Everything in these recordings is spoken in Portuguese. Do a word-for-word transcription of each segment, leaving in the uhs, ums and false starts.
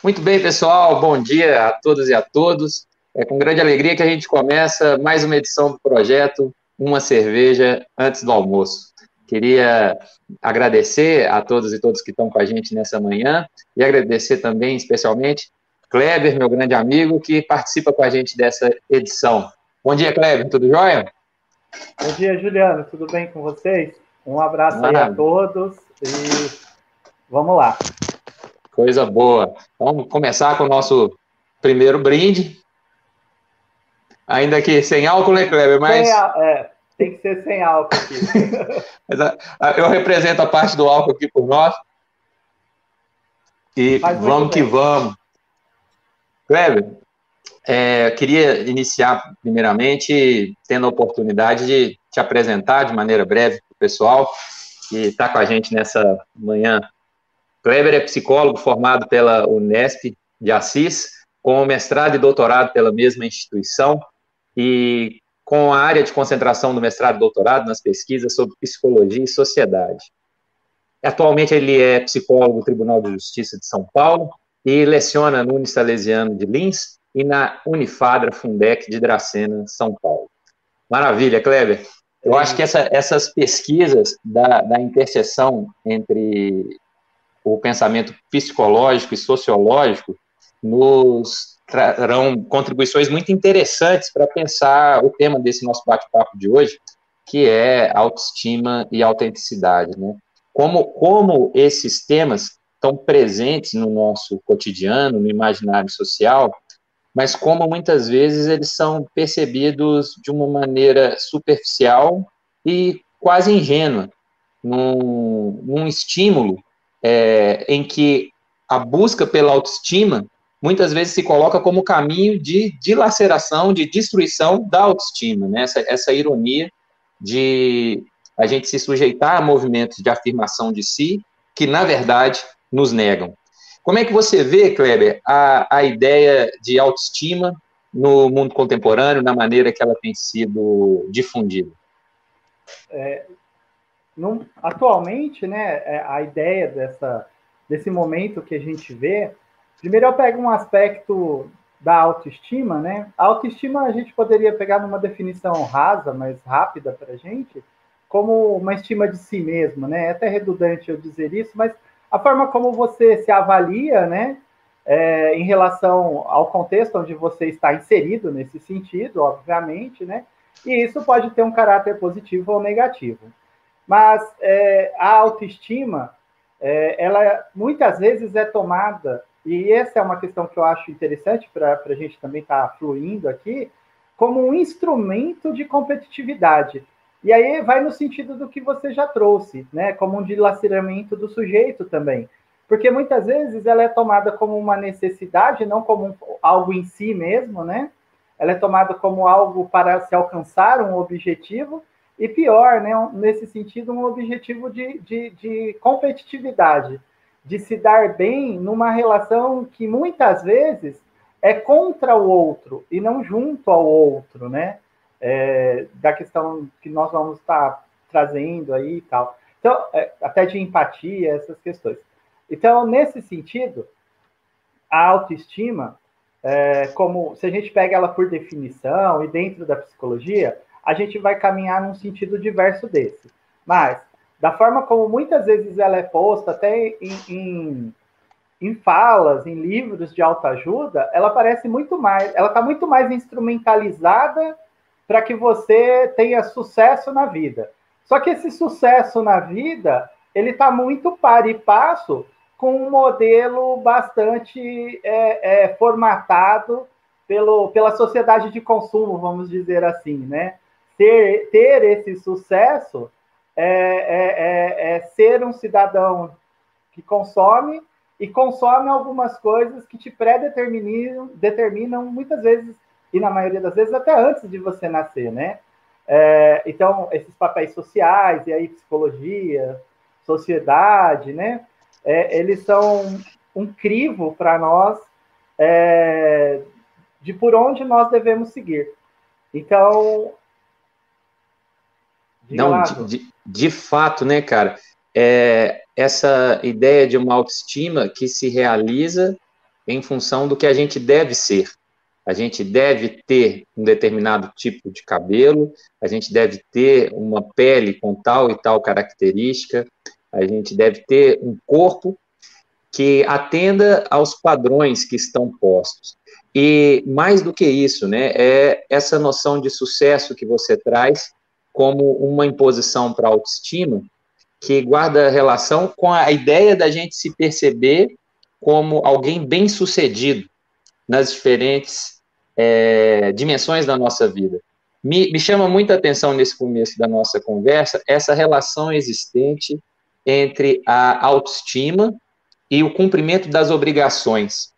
Muito bem, pessoal. Bom dia a todas e a todos. É com grande alegria que a gente começa mais uma edição do projeto Uma Cerveja Antes do Almoço. Queria agradecer a todos e todas que estão com a gente nessa manhã e agradecer também, especialmente, Kleber, meu grande amigo, que participa com a gente dessa edição. Bom dia, Kleber. Tudo jóia? Bom dia, Juliano. Tudo bem com vocês? Um abraço aí a Ah, todos e vamos lá. coisa boa. Vamos começar com o nosso primeiro brinde. Ainda que sem álcool, né, Kleber? Sem, Mas, é, tem que ser sem álcool aqui. mas a, a, eu represento a parte do álcool aqui por nós. E Faz muito vamos que bem. vamos. Kleber, é, queria iniciar, primeiramente, tendo a oportunidade de te apresentar de maneira breve para o pessoal que está com a gente nessa manhã. Kleber é psicólogo formado pela Unesp de Assis, com mestrado e doutorado pela mesma instituição e com a área de concentração do mestrado e doutorado nas pesquisas sobre psicologia e sociedade. Atualmente ele é psicólogo do Tribunal de Justiça de São Paulo e leciona no Unisalesiano de Lins e na Unifadra Fundec de Dracena, São Paulo. Maravilha, Kleber. Eu É acho que isso. essa, essas pesquisas da, da interseção entre o pensamento psicológico e sociológico nos trarão contribuições muito interessantes para pensar o tema desse nosso bate-papo de hoje, que é autoestima e autenticidade, né? Como, como esses temas estão presentes no nosso cotidiano, no imaginário social, mas como muitas vezes eles são percebidos de uma maneira superficial e quase ingênua, num, num estímulo é, em que a busca pela autoestima muitas vezes se coloca como caminho de dilaceração, de destruição da autoestima, né? essa, essa ironia de a gente se sujeitar a movimentos de afirmação de si que, na verdade, nos negam. Como é que você vê, Kleber, a, a ideia de autoestima no mundo contemporâneo, na maneira que ela tem sido difundida? É, num, atualmente, né, a ideia dessa, desse momento que a gente vê, primeiro eu pego um aspecto da autoestima, né? A autoestima a gente poderia pegar numa definição rasa, mas rápida para a gente, como uma estima de si mesmo, né? É até redundante eu dizer isso, mas a forma como você se avalia, né? É, em relação ao contexto onde você está inserido nesse sentido, obviamente, né? E isso pode ter um caráter positivo ou negativo. Mas é, a autoestima, é, ela muitas vezes é tomada, e essa é uma questão que eu acho interessante para a gente também estar tá fluindo aqui, como um instrumento de competitividade. E aí vai no sentido do que você já trouxe, né? Como um dilaceramento do sujeito também. Porque muitas vezes ela é tomada como uma necessidade, não como um, algo em si mesmo, né? Ela é tomada como algo para se alcançar um objetivo, e pior, né, nesse sentido, um objetivo de, de, de competitividade, de se dar bem numa relação que muitas vezes é contra o outro e não junto ao outro, né? É, da questão que nós vamos estar trazendo aí e tal. Então, é, até de empatia, essas questões. Então, nesse sentido, a autoestima, é, como se a gente pega ela por definição e dentro da psicologia, a gente vai caminhar num sentido diverso desse. Mas, da forma como muitas vezes ela é posta, até em, em, em falas, em livros de autoajuda, ela parece muito mais, ela está muito mais instrumentalizada para que você tenha sucesso na vida. Só que esse sucesso na vida, ele está muito par e passo com um modelo bastante é, é, formatado pelo, pela sociedade de consumo, vamos dizer assim, né? Ter, ter esse sucesso é, é, é, é ser um cidadão que consome e consome algumas coisas que te pré-determinam, determinam muitas vezes, e na maioria das vezes até antes de você nascer, né? É, então, esses papéis sociais, e aí psicologia, sociedade, né? É, eles são um crivo para nós é, de por onde nós devemos seguir. Então, diga Não, lá, de, Ju. de, de fato, né, cara? É, essa ideia de uma autoestima que se realiza em função do que a gente deve ser. A gente deve ter um determinado tipo de cabelo, a gente deve ter uma pele com tal e tal característica, a gente deve ter um corpo que atenda aos padrões que estão postos. E mais do que isso, né, é essa noção de sucesso que você traz como uma imposição para a autoestima, que guarda relação com a ideia da gente se perceber como alguém bem-sucedido nas diferentes é, dimensões da nossa vida. Me, me chama muita atenção nesse começo da nossa conversa essa relação existente entre a autoestima e o cumprimento das obrigações,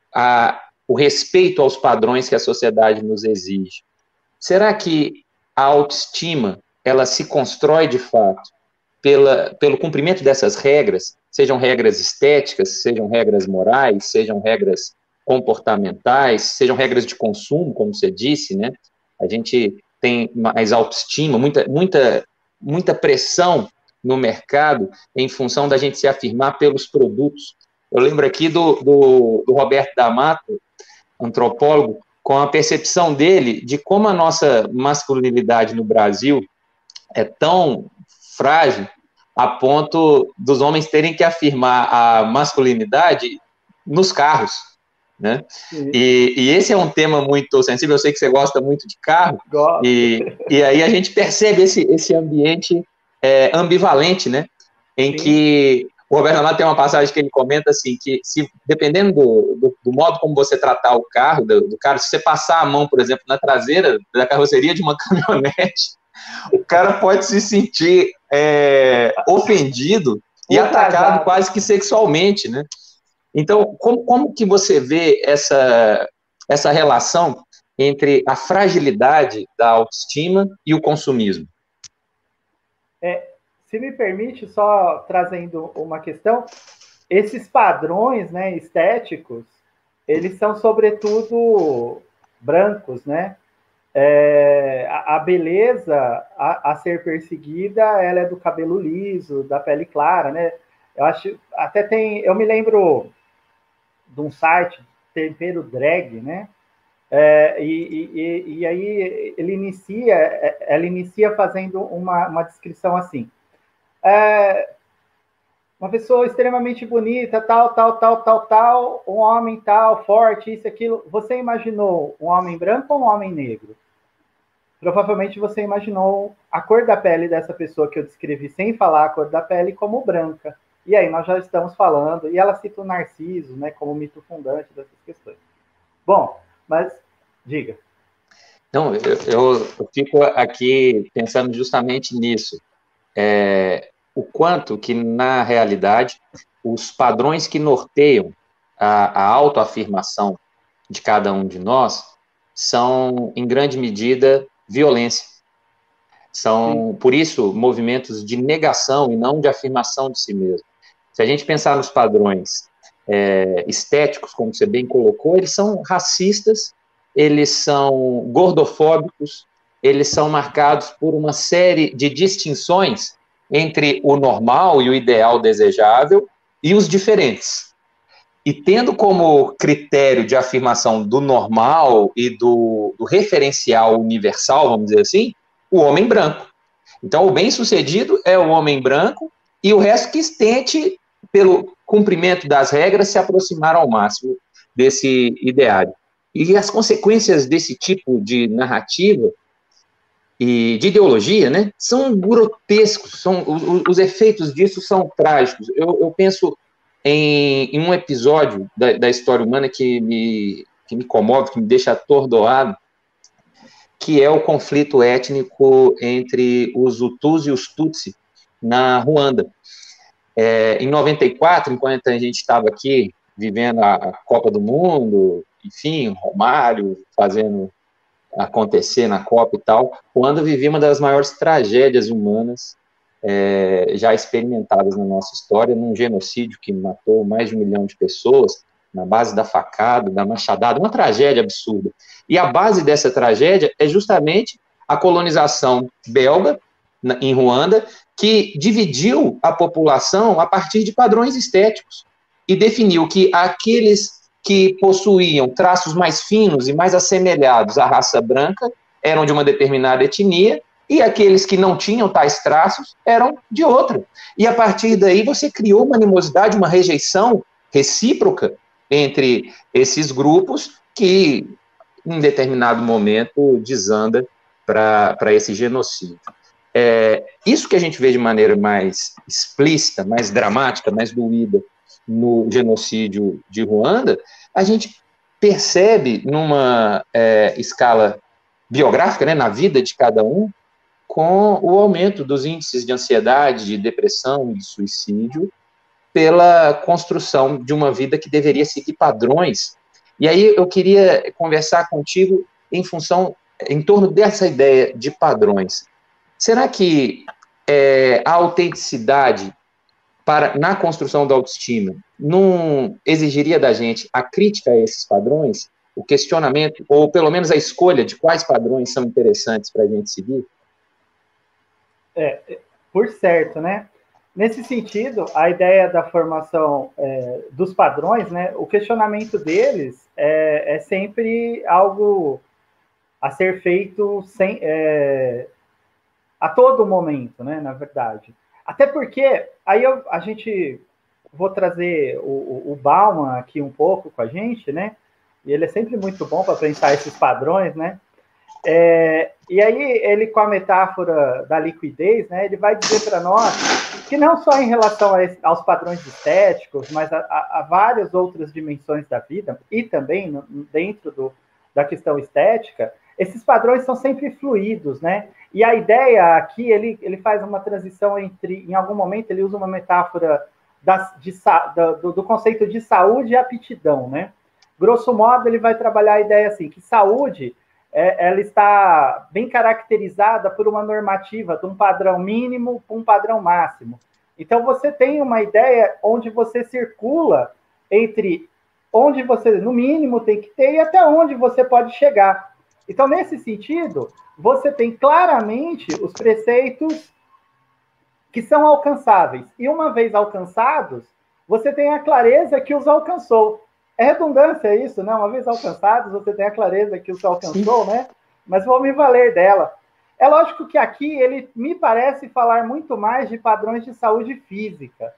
a, o respeito aos padrões que a sociedade nos exige. Será que a autoestima ela se constrói de fato pela, pelo cumprimento dessas regras, sejam regras estéticas, sejam regras morais, sejam regras comportamentais, sejam regras de consumo, como você disse, né? A gente tem mais autoestima, muita, muita, muita pressão no mercado em função da gente se afirmar pelos produtos. Eu lembro aqui do, do, do Roberto D'Amato, antropólogo, com a percepção dele de como a nossa masculinidade no Brasil é tão frágil a ponto dos homens terem que afirmar a masculinidade nos carros, né? E, e esse é um tema muito sensível, eu sei que você gosta muito de carro, e, e aí a gente percebe esse, esse ambiente é, ambivalente, né? Em Sim. que o Roberto D'Amato tem uma passagem que ele comenta assim, que se, dependendo do, do, do modo como você tratar o carro, do, do cara, se você passar a mão, por exemplo, na traseira da carroceria de uma caminhonete, o cara pode se sentir é, ofendido e atacado quase que sexualmente, né? Então, como, como que você vê essa, essa relação entre a fragilidade da autoestima e o consumismo? É, se me permite, só trazendo uma questão, esses padrões, né, estéticos, eles são sobretudo brancos, né? É, a, a beleza a, a ser perseguida, ela é do cabelo liso, da pele clara, né? Eu acho, até tem, eu me lembro de um site, Tempero Drag, né? É, e, e, e aí ele inicia, ela inicia fazendo uma, uma descrição assim. É, uma pessoa extremamente bonita, tal, tal, tal, tal, tal, um homem tal, forte, isso, aquilo. Você imaginou um homem branco ou um homem negro? Provavelmente você imaginou a cor da pele dessa pessoa que eu descrevi sem falar a cor da pele como branca. E aí nós já estamos falando, e ela cita o Narciso, né, como mito fundante dessas questões. Bom, mas diga. Não, eu, eu, eu fico aqui pensando justamente nisso. É, o quanto que, na realidade, os padrões que norteiam a, a autoafirmação de cada um de nós são, em grande medida, violência. São, Sim. por isso, movimentos de negação e não de afirmação de si mesmo. Se a gente pensar nos padrões é, estéticos, como você bem colocou, eles são racistas, eles são gordofóbicos, eles são marcados por uma série de distinções entre o normal e o ideal desejável e os diferentes. E tendo como critério de afirmação do normal e do, do referencial universal, vamos dizer assim, o homem branco. Então, o bem-sucedido é o homem branco e o resto que tente, pelo cumprimento das regras, se aproximar ao máximo desse ideário. E as consequências desse tipo de narrativa e de ideologia, né, são grotescos, são, os, os efeitos disso são trágicos. Eu, eu penso em, em um episódio da, da história humana que me, que me comove, que me deixa atordoado, que é o conflito étnico entre os Hutus e os Tutsi na Ruanda. É, em noventa e quatro, enquanto a gente estava aqui vivendo a, a Copa do Mundo, enfim, Romário fazendo acontecer na Copa e tal, Ruanda vivia uma das maiores tragédias humanas é, já experimentadas na nossa história, num genocídio que matou mais de um milhão de pessoas, na base da facada, da machadada, uma tragédia absurda. E a base dessa tragédia é justamente a colonização belga na, em Ruanda, que dividiu a população a partir de padrões estéticos e definiu que aqueles que possuíam traços mais finos e mais assemelhados à raça branca eram de uma determinada etnia, e aqueles que não tinham tais traços eram de outra. E a partir daí você criou uma animosidade, uma rejeição recíproca entre esses grupos que, em determinado momento, desanda para esse genocídio. É, isso que a gente vê de maneira mais explícita, mais dramática, mais doída no genocídio de Ruanda, a gente percebe numa é, escala biográfica, né, na vida de cada um, com o aumento dos índices de ansiedade, de depressão e de suicídio, pela construção de uma vida que deveria seguir padrões. E aí eu queria conversar contigo em função, em torno dessa ideia de padrões. Será que é, a autenticidade para, na construção da autoestima não exigiria da gente a crítica a esses padrões, o questionamento, ou pelo menos a escolha de quais padrões são interessantes para a gente seguir? É, por certo, né? Nesse sentido, a ideia da formação é, dos padrões, né? O questionamento deles é, é sempre algo a ser feito sem, é, a todo momento, né? Na verdade. Até porque, aí eu, a gente, vou trazer o, o Bauman aqui um pouco com a gente, né? E ele é sempre muito bom para pensar esses padrões, né? É, e aí ele, com a metáfora da liquidez, né, ele vai dizer para nós que não só em relação a esse, aos padrões estéticos, mas a, a, a várias outras dimensões da vida, e também no, dentro do, da questão estética, esses padrões são sempre fluidos, né? E a ideia aqui, ele, ele faz uma transição entre, em algum momento, ele usa uma metáfora das, de, do, do conceito de saúde e aptidão, né? Grosso modo, ele vai trabalhar a ideia assim, que saúde... É, ela está bem caracterizada por uma normativa de um padrão mínimo para um padrão máximo. Então, você tem uma ideia onde você circula entre onde você, no mínimo, tem que ter e até onde você pode chegar. Então, nesse sentido, você tem claramente os preceitos que são alcançáveis. E, uma vez alcançados, você tem a clareza que os alcançou. É redundância isso, né? Uma vez alcançados, você tem a clareza que você alcançou, né? Mas vou me valer dela. É lógico que aqui ele me parece falar muito mais de padrões de saúde física.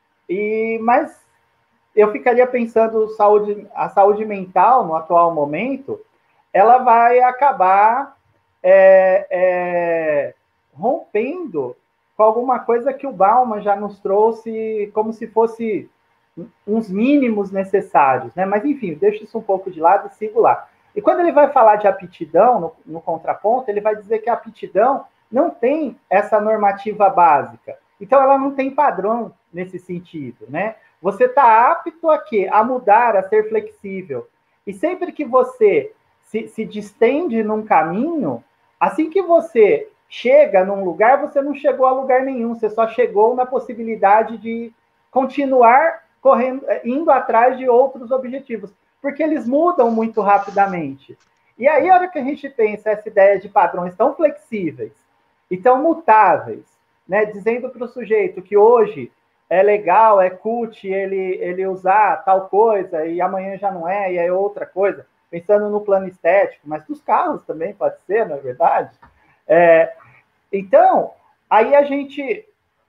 E, mas eu ficaria pensando saúde, a saúde mental, no atual momento, ela vai acabar é, é, rompendo com alguma coisa que o Bauman já nos trouxe como se fosse... uns mínimos necessários, né? Mas, enfim, deixa isso um pouco de lado e sigo lá. E quando ele vai falar de aptidão, no, no contraponto, ele vai dizer que a aptidão não tem essa normativa básica. Então, ela não tem padrão nesse sentido, né? Você está apto a quê? A mudar, a ser flexível. E sempre que você se, se distende num caminho, assim que você chega num lugar, você não chegou a lugar nenhum, você só chegou na possibilidade de continuar correndo, indo atrás de outros objetivos, porque eles mudam muito rapidamente. E aí, a hora que a gente pensa essa ideia de padrões tão flexíveis e tão mutáveis, né, dizendo para o sujeito que hoje é legal, é cult ele, ele usar tal coisa e amanhã já não é, e é outra coisa, pensando no plano estético, mas dos carros também pode ser, não é verdade? É, então, aí a gente,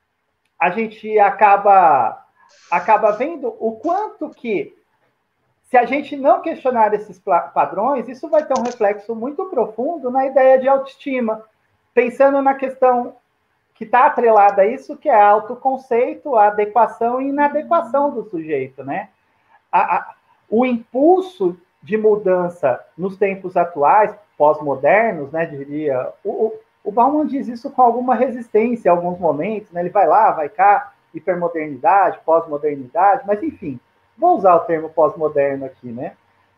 a gente acaba... acaba vendo o quanto que, se a gente não questionar esses padrões, isso vai ter um reflexo muito profundo na ideia de autoestima, pensando na questão que está atrelada a isso, que é a autoconceito, a adequação e inadequação do sujeito, né? A, a, o impulso de mudança nos tempos atuais, pós-modernos, né, diria, o, o Bauman diz isso com alguma resistência em alguns momentos, né? Ele vai lá, vai cá, hipermodernidade, pós-modernidade, mas enfim, vou usar o termo pós-moderno aqui, né?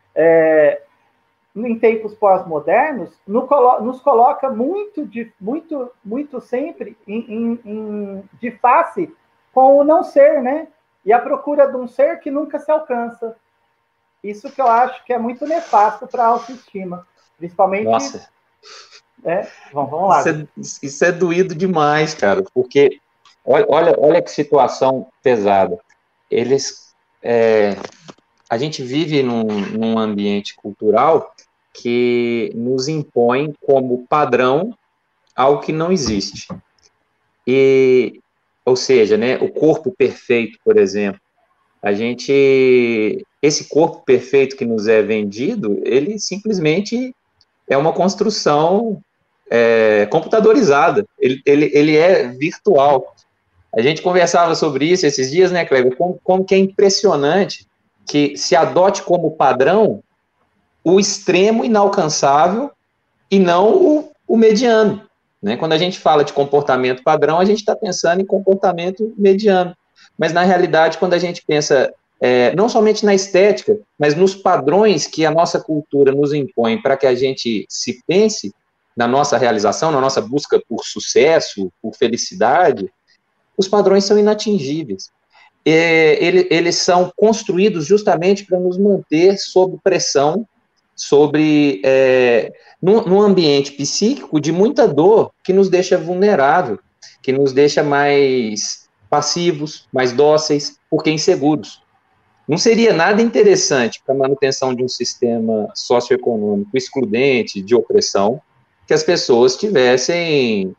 É, em tempos pós-modernos, no, nos coloca muito, de, muito, muito sempre em, em, em, de face com o não ser, né? E a procura de um ser que nunca se alcança. Isso que eu acho que é muito nefasto para a autoestima, principalmente... Nossa! É, vamos, vamos lá. Isso é, isso é doído demais, cara, porque olha, olha, olha que situação pesada. Eles é, a gente vive num, num ambiente cultural que nos impõe como padrão algo que não existe. E, ou seja, né, o corpo perfeito, por exemplo, a gente, esse corpo perfeito que nos é vendido, ele simplesmente é uma construção é, computadorizada, ele, ele, ele é virtual. A gente conversava sobre isso esses dias, né, Kleber, como, como que é impressionante que se adote como padrão o extremo inalcançável e não o, o mediano. Né? Quando a gente fala de comportamento padrão, a gente está pensando em comportamento mediano. Mas, na realidade, quando a gente pensa é, não somente na estética, mas nos padrões que a nossa cultura nos impõe para que a gente se pense na nossa realização, na nossa busca por sucesso, por felicidade, os padrões são inatingíveis. É, ele, eles são construídos justamente para nos manter sob pressão, sobre é, num, num ambiente psíquico de muita dor que nos deixa vulnerável, que nos deixa mais passivos, mais dóceis, porque inseguros. Não seria nada interessante para a manutenção de um sistema socioeconômico excludente, de opressão, que as pessoas tivessem,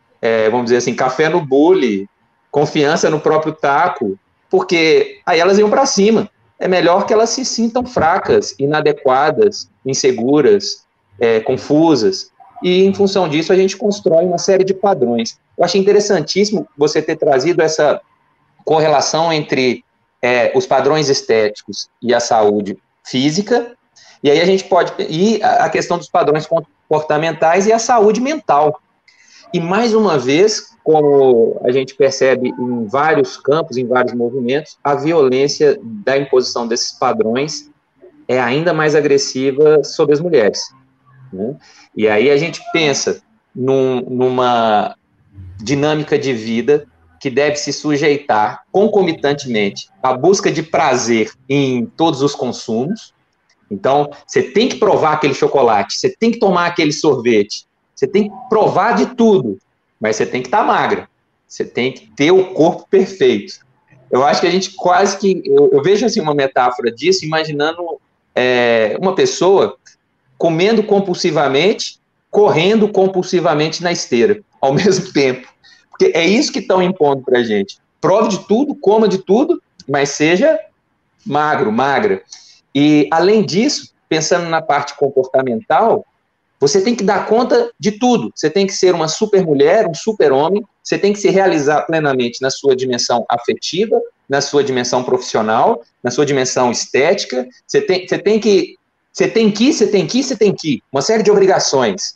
é, vamos dizer assim, café no bule, confiança no próprio taco, porque aí elas iam para cima. É melhor que elas se sintam fracas, inadequadas, inseguras, é, confusas. E, em função disso, a gente constrói uma série de padrões. Eu achei interessantíssimo você ter trazido essa correlação entre é, os padrões estéticos e a saúde física, e aí a gente pode... E a questão dos padrões comportamentais e a saúde mental. E, mais uma vez, como a gente percebe em vários campos, em vários movimentos, a violência da imposição desses padrões é ainda mais agressiva sobre as mulheres. Né? E aí a gente pensa num, numa dinâmica de vida que deve se sujeitar concomitantemente à busca de prazer em todos os consumos. Então, você tem que provar aquele chocolate, você tem que tomar aquele sorvete, você tem que provar de tudo, mas você tem que estar magra, você tem que ter o corpo perfeito. Eu acho que a gente quase que... Eu, eu vejo assim uma metáfora disso, imaginando é, uma pessoa comendo compulsivamente, correndo compulsivamente na esteira, ao mesmo tempo. Porque é isso que estão impondo para a gente. Prove de tudo, coma de tudo, mas seja magro, magra. E, além disso, pensando na parte comportamental, você tem que dar conta de tudo. Você tem que ser uma super mulher, um super homem, você tem que se realizar plenamente na sua dimensão afetiva, na sua dimensão profissional, na sua dimensão estética. Você tem, você tem que... Você tem que ir, você tem que ir, você tem que ir. Uma série de obrigações.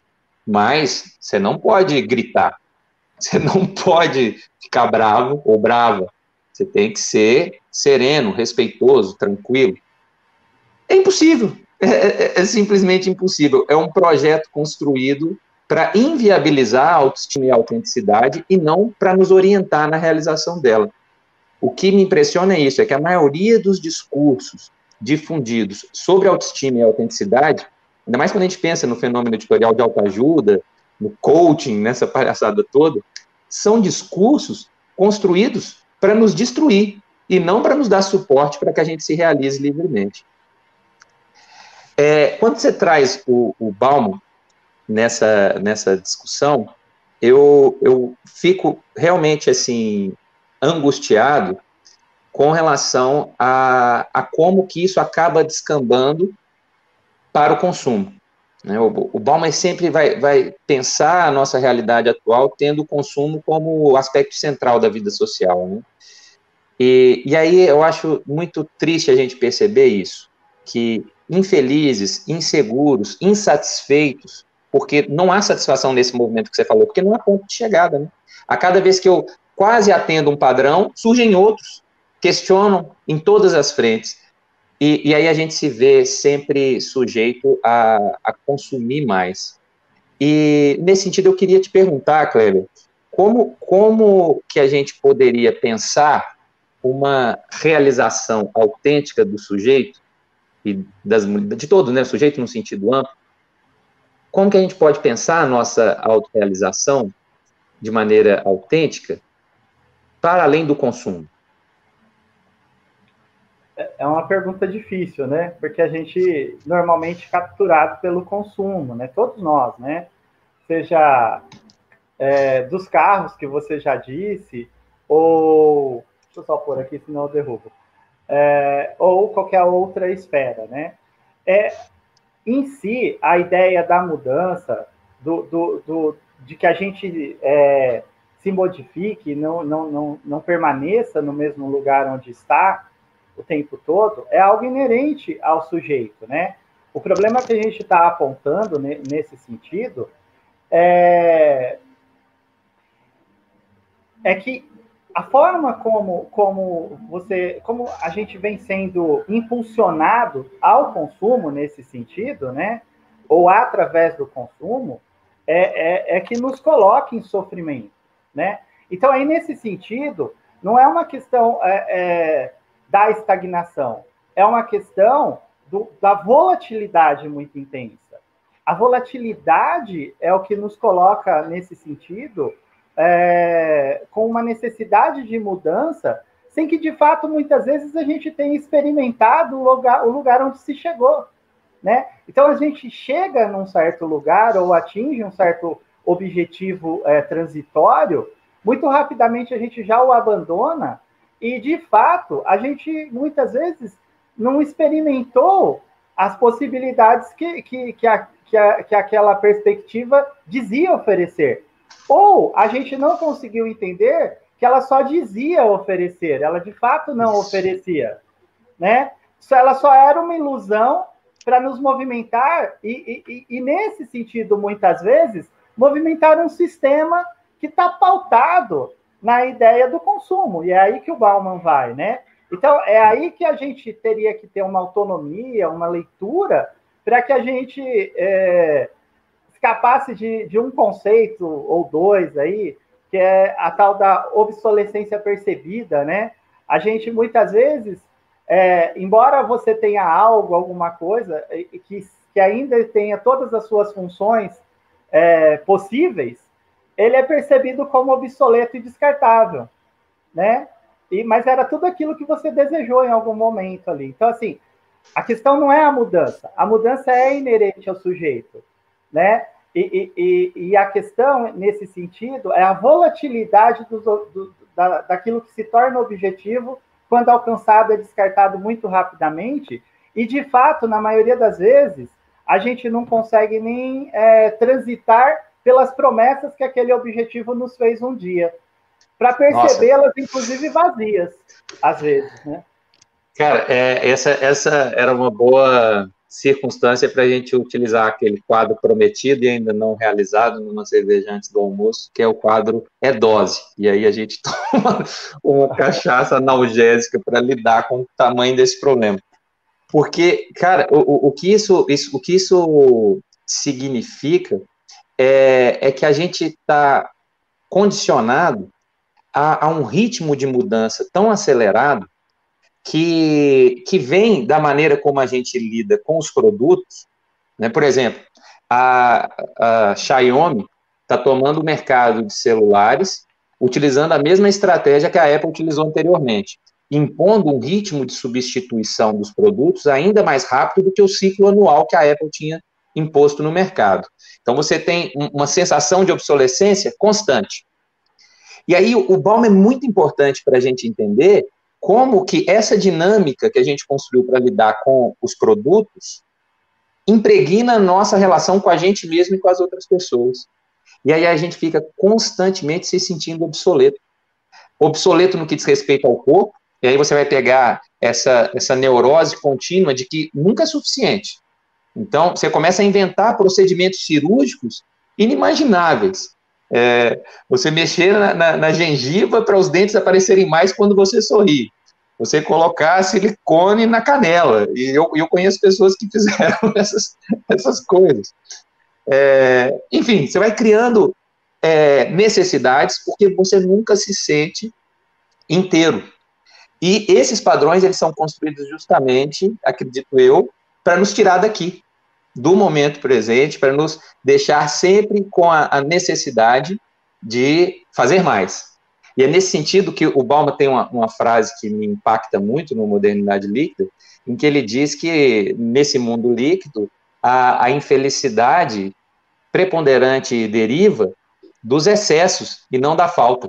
Mas você não pode gritar. Você não pode ficar bravo ou brava. Você tem que ser sereno, respeitoso, tranquilo. É impossível. É, é, é simplesmente impossível. É um projeto construído para inviabilizar a autoestima e a autenticidade e não para nos orientar na realização dela. O que me impressiona é isso, é que a maioria dos discursos difundidos sobre autoestima e autenticidade, ainda mais quando a gente pensa no fenômeno editorial de autoajuda, no coaching, nessa palhaçada toda, são discursos construídos para nos destruir e não para nos dar suporte para que a gente se realize livremente. É, quando você traz o, o Bauman nessa, nessa discussão, eu, eu fico realmente assim angustiado com relação a, a como que isso acaba descambando para o consumo. Né? O, o Bauman sempre vai, vai pensar a nossa realidade atual tendo o consumo como aspecto central da vida social. Né? E, e aí eu acho muito triste a gente perceber isso, que infelizes, inseguros, insatisfeitos, porque não há satisfação nesse movimento que você falou, porque não há ponto de chegada. Né? A cada vez que eu quase atendo um padrão, surgem outros, questionam em todas as frentes. E, e aí a gente se vê sempre sujeito a, a consumir mais. E, nesse sentido, eu queria te perguntar, Kleber, como, como que a gente poderia pensar uma realização autêntica do sujeito, e das, de todo, né, sujeito no sentido amplo, como que a gente pode pensar a nossa autorrealização de maneira autêntica para além do consumo? É uma pergunta difícil, né? Porque a gente normalmente é capturado pelo consumo, né? Todos nós, né? Seja é, dos carros que você já disse, ou deixa eu só pôr aqui, senão eu derrubo, é, ou qualquer outra esfera, né? É, em si, a ideia da mudança, do, do, do de que a gente é, se modifique, não, não, não, não permaneça no mesmo lugar onde está o tempo todo, é algo inerente ao sujeito, né? O problema que a gente está apontando nesse sentido é, é que a forma como, como você, como a gente vem sendo impulsionado ao consumo nesse sentido, né? Ou através do consumo, é, é, é que nos coloca em sofrimento, né? Então, aí, nesse sentido, não é uma questão é, é, da estagnação, é uma questão do, da volatilidade muito intensa. A volatilidade é o que nos coloca, nesse sentido, é, com uma necessidade de mudança, sem que, de fato, muitas vezes a gente tenha experimentado o lugar, o lugar onde se chegou, né? Então, a gente chega num certo lugar ou atinge um certo objetivo é, transitório, muito rapidamente a gente já o abandona e, de fato, a gente, muitas vezes, não experimentou as possibilidades que, que, que, a, que, a, que aquela perspectiva dizia oferecer. Ou a gente não conseguiu entender que ela só dizia oferecer, ela de fato não oferecia, né? Ela só era uma ilusão para nos movimentar e, e, e, nesse sentido, muitas vezes, movimentar um sistema que está pautado na ideia do consumo. E é aí que o Bauman vai, né? Então, é aí que a gente teria que ter uma autonomia, uma leitura, para que a gente é, escapasse de, de um conceito ou dois aí, que é a tal da obsolescência percebida, né? A gente, muitas vezes, é, embora você tenha algo, alguma coisa, que, que ainda tenha todas as suas funções é, possíveis, ele é percebido como obsoleto e descartável, né? E, mas era tudo aquilo que você desejou em algum momento ali. Então, assim, a questão não é a mudança. A mudança é inerente ao sujeito, né? E, e, e a questão, nesse sentido, é a volatilidade do, do, da, daquilo que se torna objetivo quando alcançado, é descartado muito rapidamente, e, de fato, na maioria das vezes, a gente não consegue nem é, transitar pelas promessas que aquele objetivo nos fez um dia, para percebê-las, inclusive, vazias, às vezes, né? Cara, é, essa, essa era uma boa circunstância para a gente utilizar aquele quadro prometido e ainda não realizado numa cerveja antes do almoço, que é o quadro É Dose. E aí a gente toma uma cachaça analgésica para lidar com o tamanho desse problema. Porque, cara, o, o, que, isso, isso, o que isso significa é, é que a gente está condicionado a, a um ritmo de mudança tão acelerado que, que vem da maneira como a gente lida com os produtos, né? Por exemplo, a, a Xiaomi está tomando o mercado de celulares utilizando a mesma estratégia que a Apple utilizou anteriormente, impondo um ritmo de substituição dos produtos ainda mais rápido do que o ciclo anual que a Apple tinha imposto no mercado. Então, você tem uma sensação de obsolescência constante. E aí, o Bauman é muito importante para a gente entender como que essa dinâmica que a gente construiu para lidar com os produtos impregna a nossa relação com a gente mesmo e com as outras pessoas. E aí a gente fica constantemente se sentindo obsoleto. Obsoleto no que diz respeito ao corpo, e aí você vai pegar essa, essa neurose contínua de que nunca é suficiente. Então, você começa a inventar procedimentos cirúrgicos inimagináveis. É, você mexer na, na, na gengiva para os dentes aparecerem mais quando você sorri. Você colocar silicone na canela. E eu, eu conheço pessoas que fizeram essas, essas coisas. É, enfim, você vai criando é, necessidades porque você nunca se sente inteiro. E esses padrões, eles são construídos justamente, acredito eu, para nos tirar daqui, do momento presente, para nos deixar sempre com a, a necessidade de fazer mais. E é nesse sentido que o Bauman tem uma, uma frase que me impacta muito no Modernidade Líquida, em que ele diz que, nesse mundo líquido, a, a infelicidade preponderante deriva dos excessos e não da falta.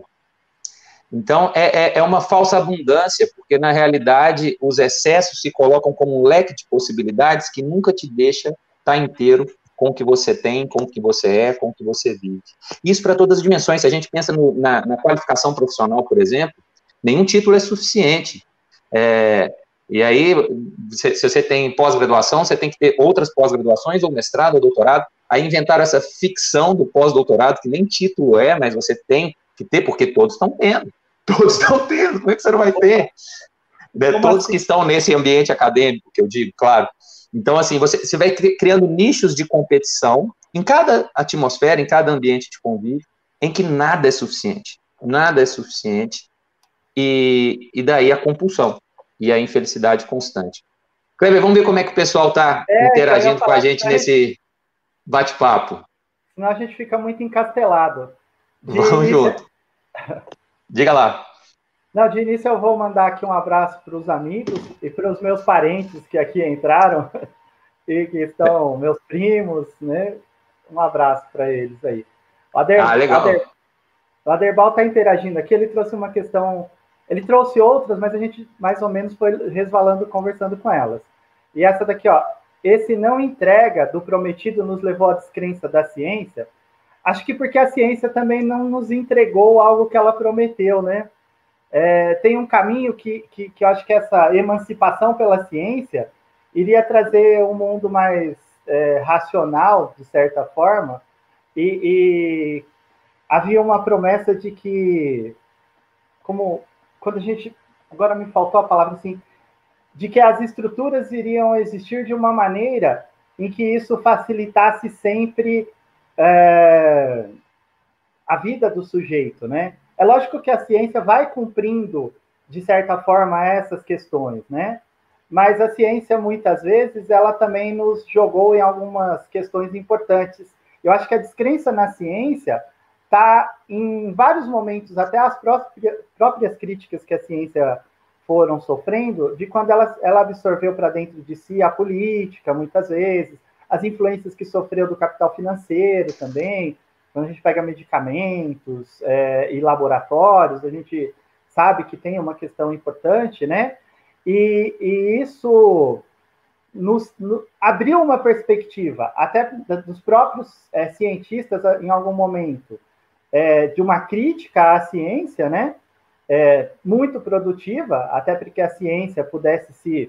Então, é, é, é uma falsa abundância, porque, na realidade, os excessos se colocam como um leque de possibilidades que nunca te deixa estar inteiro com o que você tem, com o que você é, com o que você vive. Isso para todas as dimensões. Se a gente pensa no, na, na qualificação profissional, por exemplo, nenhum título é suficiente. É, e aí, se, se você tem pós-graduação, você tem que ter outras pós-graduações, ou mestrado, ou doutorado. Aí inventaram essa ficção do pós-doutorado, que nem título é, mas você tem que ter, porque todos estão tendo. Todos estão tendo, como é que você não vai ter? Né? Todos assim? Que estão nesse ambiente acadêmico, que eu digo, claro. Então, assim, você, você vai criando nichos de competição em cada atmosfera, em cada ambiente de convívio, em que nada é suficiente. Nada é suficiente. E, e daí a compulsão e a infelicidade constante. Kleber, vamos ver como é que o pessoal está é, interagindo com a gente nesse bate-papo. Senão a gente fica muito encastelado. De vamos início... junto. Diga lá. Não, de início eu vou mandar aqui um abraço para os amigos e para os meus parentes que aqui entraram e que estão meus primos, né? Um abraço para eles aí. O Ader, ah, legal. Ader, o Aderbal está interagindo aqui, ele trouxe uma questão, ele trouxe outras, mas a gente mais ou menos foi resvalando, conversando com elas. E essa daqui, ó, esse não entrega do prometido nos levou à descrença da ciência. Acho que porque a ciência também não nos entregou algo que ela prometeu, né? É, tem um caminho que, que, que eu acho que essa emancipação pela ciência iria trazer um mundo mais é, racional, de certa forma, e, e havia uma promessa de que, como quando a gente, agora me faltou a palavra assim, de que as estruturas iriam existir de uma maneira em que isso facilitasse sempre é, a vida do sujeito, né? É lógico que a ciência vai cumprindo, de certa forma, essas questões, né? Mas a ciência, muitas vezes, ela também nos jogou em algumas questões importantes. Eu acho que a descrença na ciência está, em vários momentos, até as próprias, próprias críticas que a ciência foram sofrendo, de quando ela, ela absorveu para dentro de si a política, muitas vezes, as influências que sofreu do capital financeiro também. Quando a gente pega medicamentos é, e laboratórios, a gente sabe que tem uma questão importante, né? E, e isso nos, nos abriu uma perspectiva, até dos próprios é, cientistas, em algum momento, é, de uma crítica à ciência, né? É, muito produtiva, até porque a ciência pudesse se,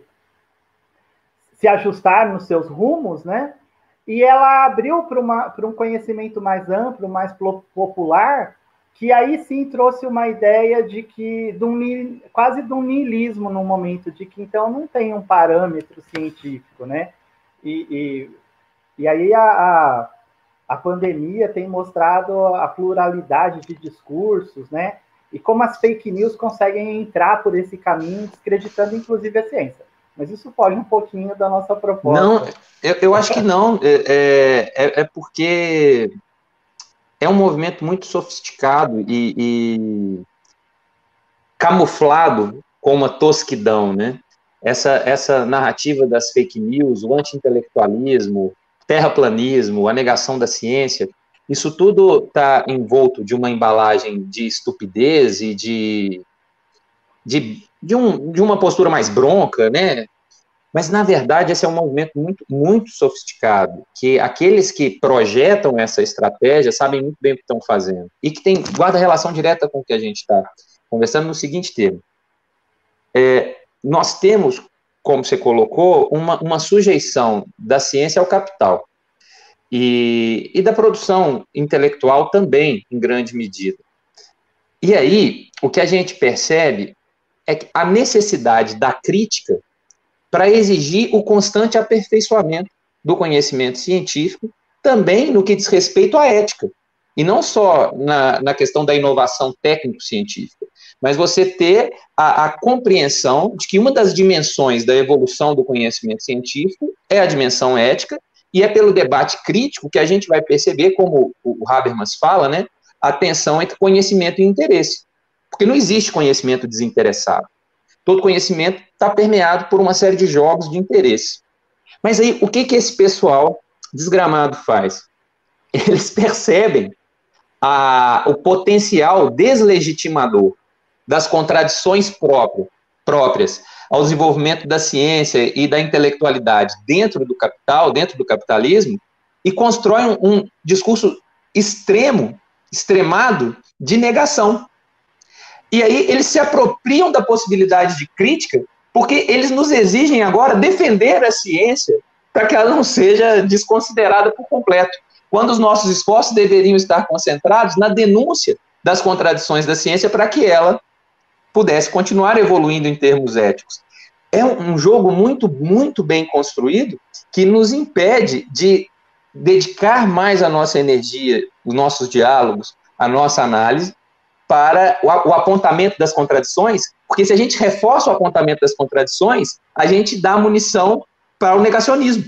se ajustar nos seus rumos, né? E ela abriu para um conhecimento mais amplo, mais popular, que aí sim trouxe uma ideia de que, de um, quase de um niilismo no momento, de que então não tem um parâmetro científico, né? E, e, e aí a, a, a pandemia tem mostrado a pluralidade de discursos, né? E como as fake news conseguem entrar por esse caminho, descreditando inclusive a ciência. Mas isso foge um pouquinho da nossa proposta. Não, eu, eu acho que não. É, é, é porque é um movimento muito sofisticado e, e camuflado com uma tosquidão, né? Essa, essa narrativa das fake news, o anti-intelectualismo, terraplanismo, a negação da ciência, isso tudo está envolto de uma embalagem de estupidez e de, de, de, um, de uma postura mais bronca, né? Mas, na verdade, esse é um movimento muito, muito sofisticado, que aqueles que projetam essa estratégia sabem muito bem o que estão fazendo, e que tem, guarda relação direta com o que a gente está conversando no seguinte termo. É, nós temos, como você colocou, uma, uma sujeição da ciência ao capital, e, e da produção intelectual também, em grande medida. E aí, o que a gente percebe é que a necessidade da crítica para exigir o constante aperfeiçoamento do conhecimento científico, também no que diz respeito à ética, e não só na, na questão da inovação técnico-científica, mas você ter a, a compreensão de que uma das dimensões da evolução do conhecimento científico é a dimensão ética, e é pelo debate crítico que a gente vai perceber, como o Habermas fala, né, a tensão entre conhecimento e interesse. Porque não existe conhecimento desinteressado. Todo conhecimento está permeado por uma série de jogos de interesse. Mas aí, o que, que esse pessoal desgramado faz? Eles percebem a, o potencial deslegitimador das contradições próprio, próprias ao desenvolvimento da ciência e da intelectualidade dentro do capital, dentro do capitalismo, e constroem um, um discurso extremo, extremado, de negação. E aí eles se apropriam da possibilidade de crítica, porque eles nos exigem agora defender a ciência para que ela não seja desconsiderada por completo, quando os nossos esforços deveriam estar concentrados na denúncia das contradições da ciência para que ela pudesse continuar evoluindo em termos éticos. É um jogo muito, muito bem construído que nos impede de dedicar mais a nossa energia, os nossos diálogos, a nossa análise para o apontamento das contradições, porque se a gente reforça o apontamento das contradições, a gente dá munição para o negacionismo.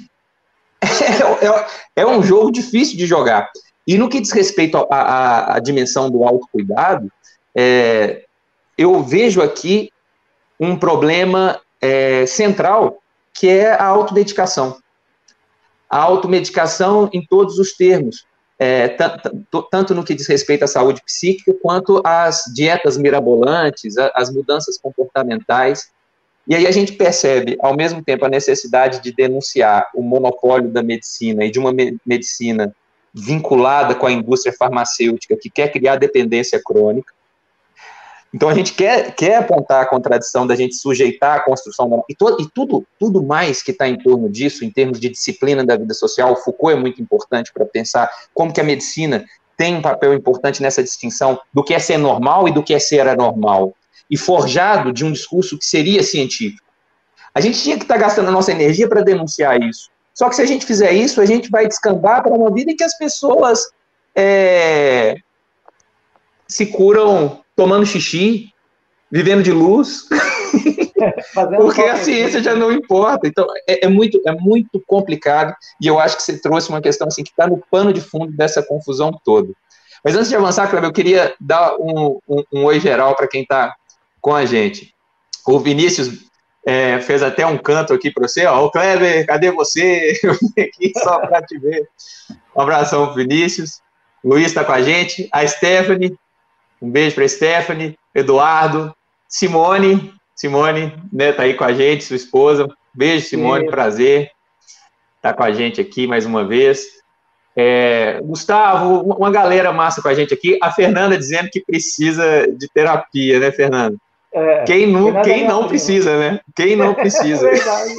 É, é, é um jogo difícil de jogar. E no que diz respeito à dimensão do autocuidado, é, eu vejo aqui um problema é, central, que é a autodedicação. A automedicação em todos os termos, é, tanto no que diz respeito à saúde psíquica, quanto às dietas mirabolantes, às mudanças comportamentais. E aí a gente percebe, ao mesmo tempo, a necessidade de denunciar o monopólio da medicina e de uma me- medicina vinculada com a indústria farmacêutica que quer criar dependência crônica. Então a gente quer, quer apontar a contradição da gente sujeitar a construção da... E, to, e tudo, tudo mais que está em torno disso, em termos de disciplina da vida social, Foucault é muito importante para pensar como que a medicina tem um papel importante nessa distinção do que é ser normal e do que é ser anormal, e forjado de um discurso que seria científico. A gente tinha que estar tá gastando a nossa energia para denunciar isso. Só que se a gente fizer isso, a gente vai descambar para uma vida em que as pessoas é, se curam tomando xixi, vivendo de luz, porque a ciência já não importa. Então, é, é, muito, é muito complicado, e eu acho que você trouxe uma questão assim, que está no pano de fundo dessa confusão toda. Mas antes de avançar, Cleber, eu queria dar um, um, um oi geral para quem está com a gente. O Vinícius é, fez até um canto aqui para você, ó, ô Cleber, cadê você? Eu vim aqui só para te ver. Um abração para o Vinícius. O Luiz está com a gente. A Stephanie, um beijo para a Stephanie. Eduardo, Simone, Simone, né, tá aí com a gente, sua esposa. Beijo, Simone, Sim. prazer. Tá com a gente aqui mais uma vez. É, Gustavo, uma galera massa com a gente aqui. A Fernanda dizendo que precisa de terapia, né, Fernanda? É, quem não, quem não precisa, né? Quem não precisa. É verdade.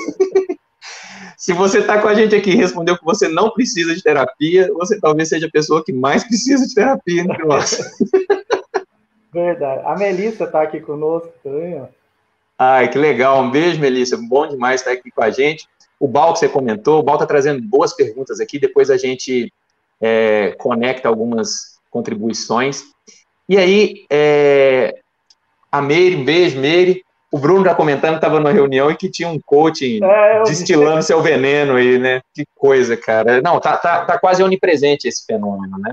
Se você está com a gente aqui e respondeu que você não precisa de terapia, você talvez seja a pessoa que mais precisa de terapia entre nós. Verdade. A Melissa está aqui conosco também, ó. Ai, que legal. Um beijo, Melissa. Bom demais estar aqui com a gente. O Bal que você comentou, o Bal está trazendo boas perguntas aqui, depois a gente é, conecta algumas contribuições. E aí, é, a Meire, um beijo, Meire. O Bruno já comentando que estava numa reunião e que tinha um coaching é, destilando seu veneno aí, né? Que coisa, cara. Não, tá, tá, tá quase onipresente esse fenômeno, né?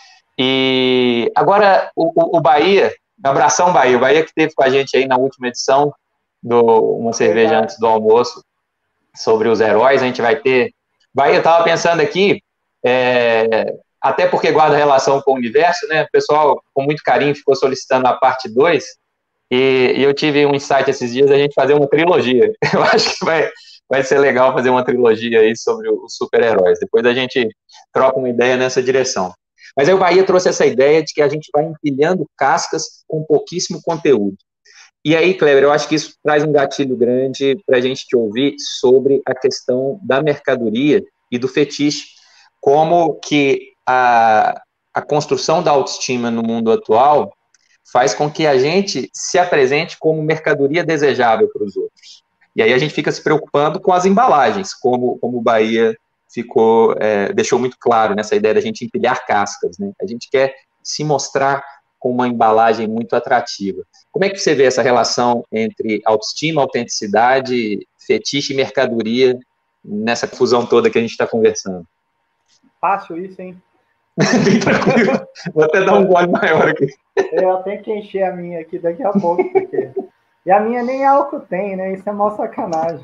E agora, o, o, o Bahia, abração Bahia, o Bahia que esteve com a gente aí na última edição do Uma Cerveja Verdade. Antes do Almoço, sobre os heróis, a gente vai ter... Bahia, eu estava pensando aqui, é, até porque guarda relação com o universo, né? O pessoal, com muito carinho, ficou solicitando a parte dois, e, e eu tive um insight esses dias, a gente fazer uma trilogia. Eu acho que vai, vai ser legal fazer uma trilogia aí sobre os super-heróis. Depois a gente troca uma ideia nessa direção. Mas aí o Bahia trouxe essa ideia de que a gente vai empilhando cascas com pouquíssimo conteúdo. E aí, Cleber, eu acho que isso traz um gatilho grande para a gente te ouvir sobre a questão da mercadoria e do fetiche, como que a, a construção da autoestima no mundo atual faz com que a gente se apresente como mercadoria desejável para os outros. E aí a gente fica se preocupando com as embalagens, como, como o Bahia ficou, é, deixou muito claro nessa ideia da gente empilhar cascas, né? A gente quer se mostrar com uma embalagem muito atrativa. Como é que você vê essa relação entre autoestima, autenticidade, fetiche e mercadoria nessa fusão toda que a gente está conversando? Fácil isso, hein? Bem tranquilo. Vou até dar um gole maior aqui. Eu tenho que encher a minha aqui daqui a pouco, porque... E a minha nem álcool tem, né? Isso é mó sacanagem.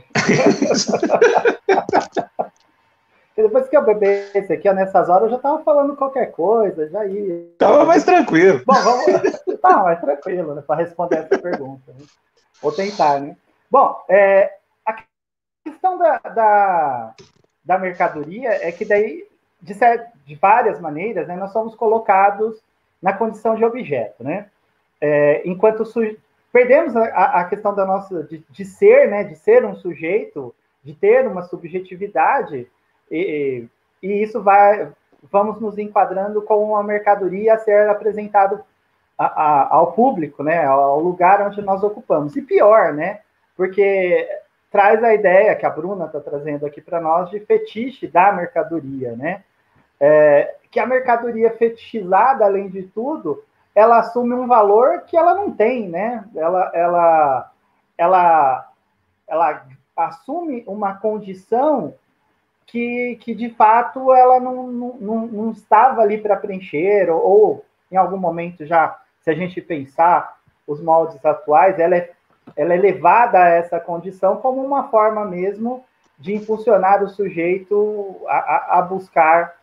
Depois que eu beber esse aqui, ó, nessas horas, eu já tava falando qualquer coisa, já ia. Tava mais tranquilo. Bom, vamos... Tá, mais tranquilo, né? Para responder essa pergunta. Né? Vou tentar, né? Bom, é... a questão da, da, da mercadoria é que daí, de, de várias maneiras, né, nós somos colocados na condição de objeto, né? É, enquanto su... perdemos a, a questão da nossa de, de ser, né, de ser um sujeito, de ter uma subjetividade, e, e isso vai, vamos nos enquadrando como uma mercadoria a ser apresentado a, a, ao público, né, ao lugar onde nós ocupamos. E pior, né, porque traz a ideia que a Bruna está trazendo aqui para nós de fetiche da mercadoria, né, é, que a mercadoria fetichizada, além de tudo, ela assume um valor que ela não tem, né? Ela, ela, ela, ela assume uma condição que, que de fato, ela não, não, não estava ali para preencher, ou, ou, em algum momento já, se a gente pensar os moldes atuais, ela é, ela é levada a essa condição como uma forma mesmo de impulsionar o sujeito a, a, a buscar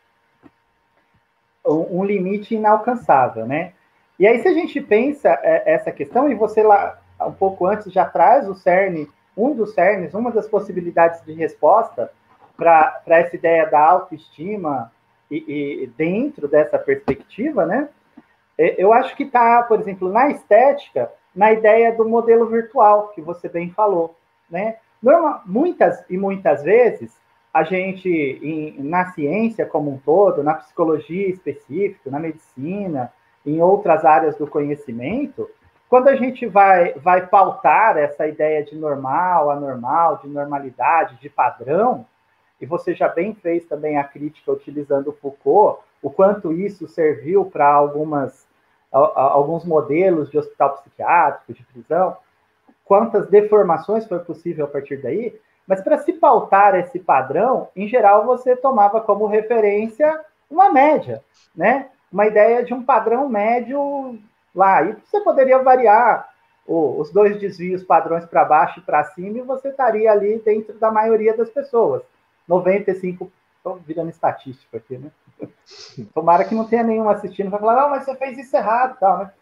um, um limite inalcançável, né? E aí, se a gente pensa essa questão, e você lá, um pouco antes, já traz o cerne, um dos cernes, uma das possibilidades de resposta para essa ideia da autoestima e, e dentro dessa perspectiva, né? Eu acho que está, por exemplo, na estética, na ideia do modelo virtual, que você bem falou, né? Normal, muitas e muitas vezes, a gente, em, na ciência como um todo, na psicologia específica, na medicina, em outras áreas do conhecimento, quando a gente vai, vai pautar essa ideia de normal, anormal, de normalidade, de padrão, e você já bem fez também a crítica utilizando Foucault, o quanto isso serviu para algumas alguns modelos de hospital psiquiátrico, de prisão, quantas deformações foi possível a partir daí, mas para se pautar esse padrão, em geral, você tomava como referência uma média, né? Uma ideia de um padrão médio lá. E você poderia variar o, os dois desvios padrões para baixo e para cima, e você estaria ali dentro da maioria das pessoas. noventa e cinco por cento, estou virando estatístico aqui, né? Tomara que não tenha nenhum assistindo, vai falar, não, mas você fez isso errado, tal, né?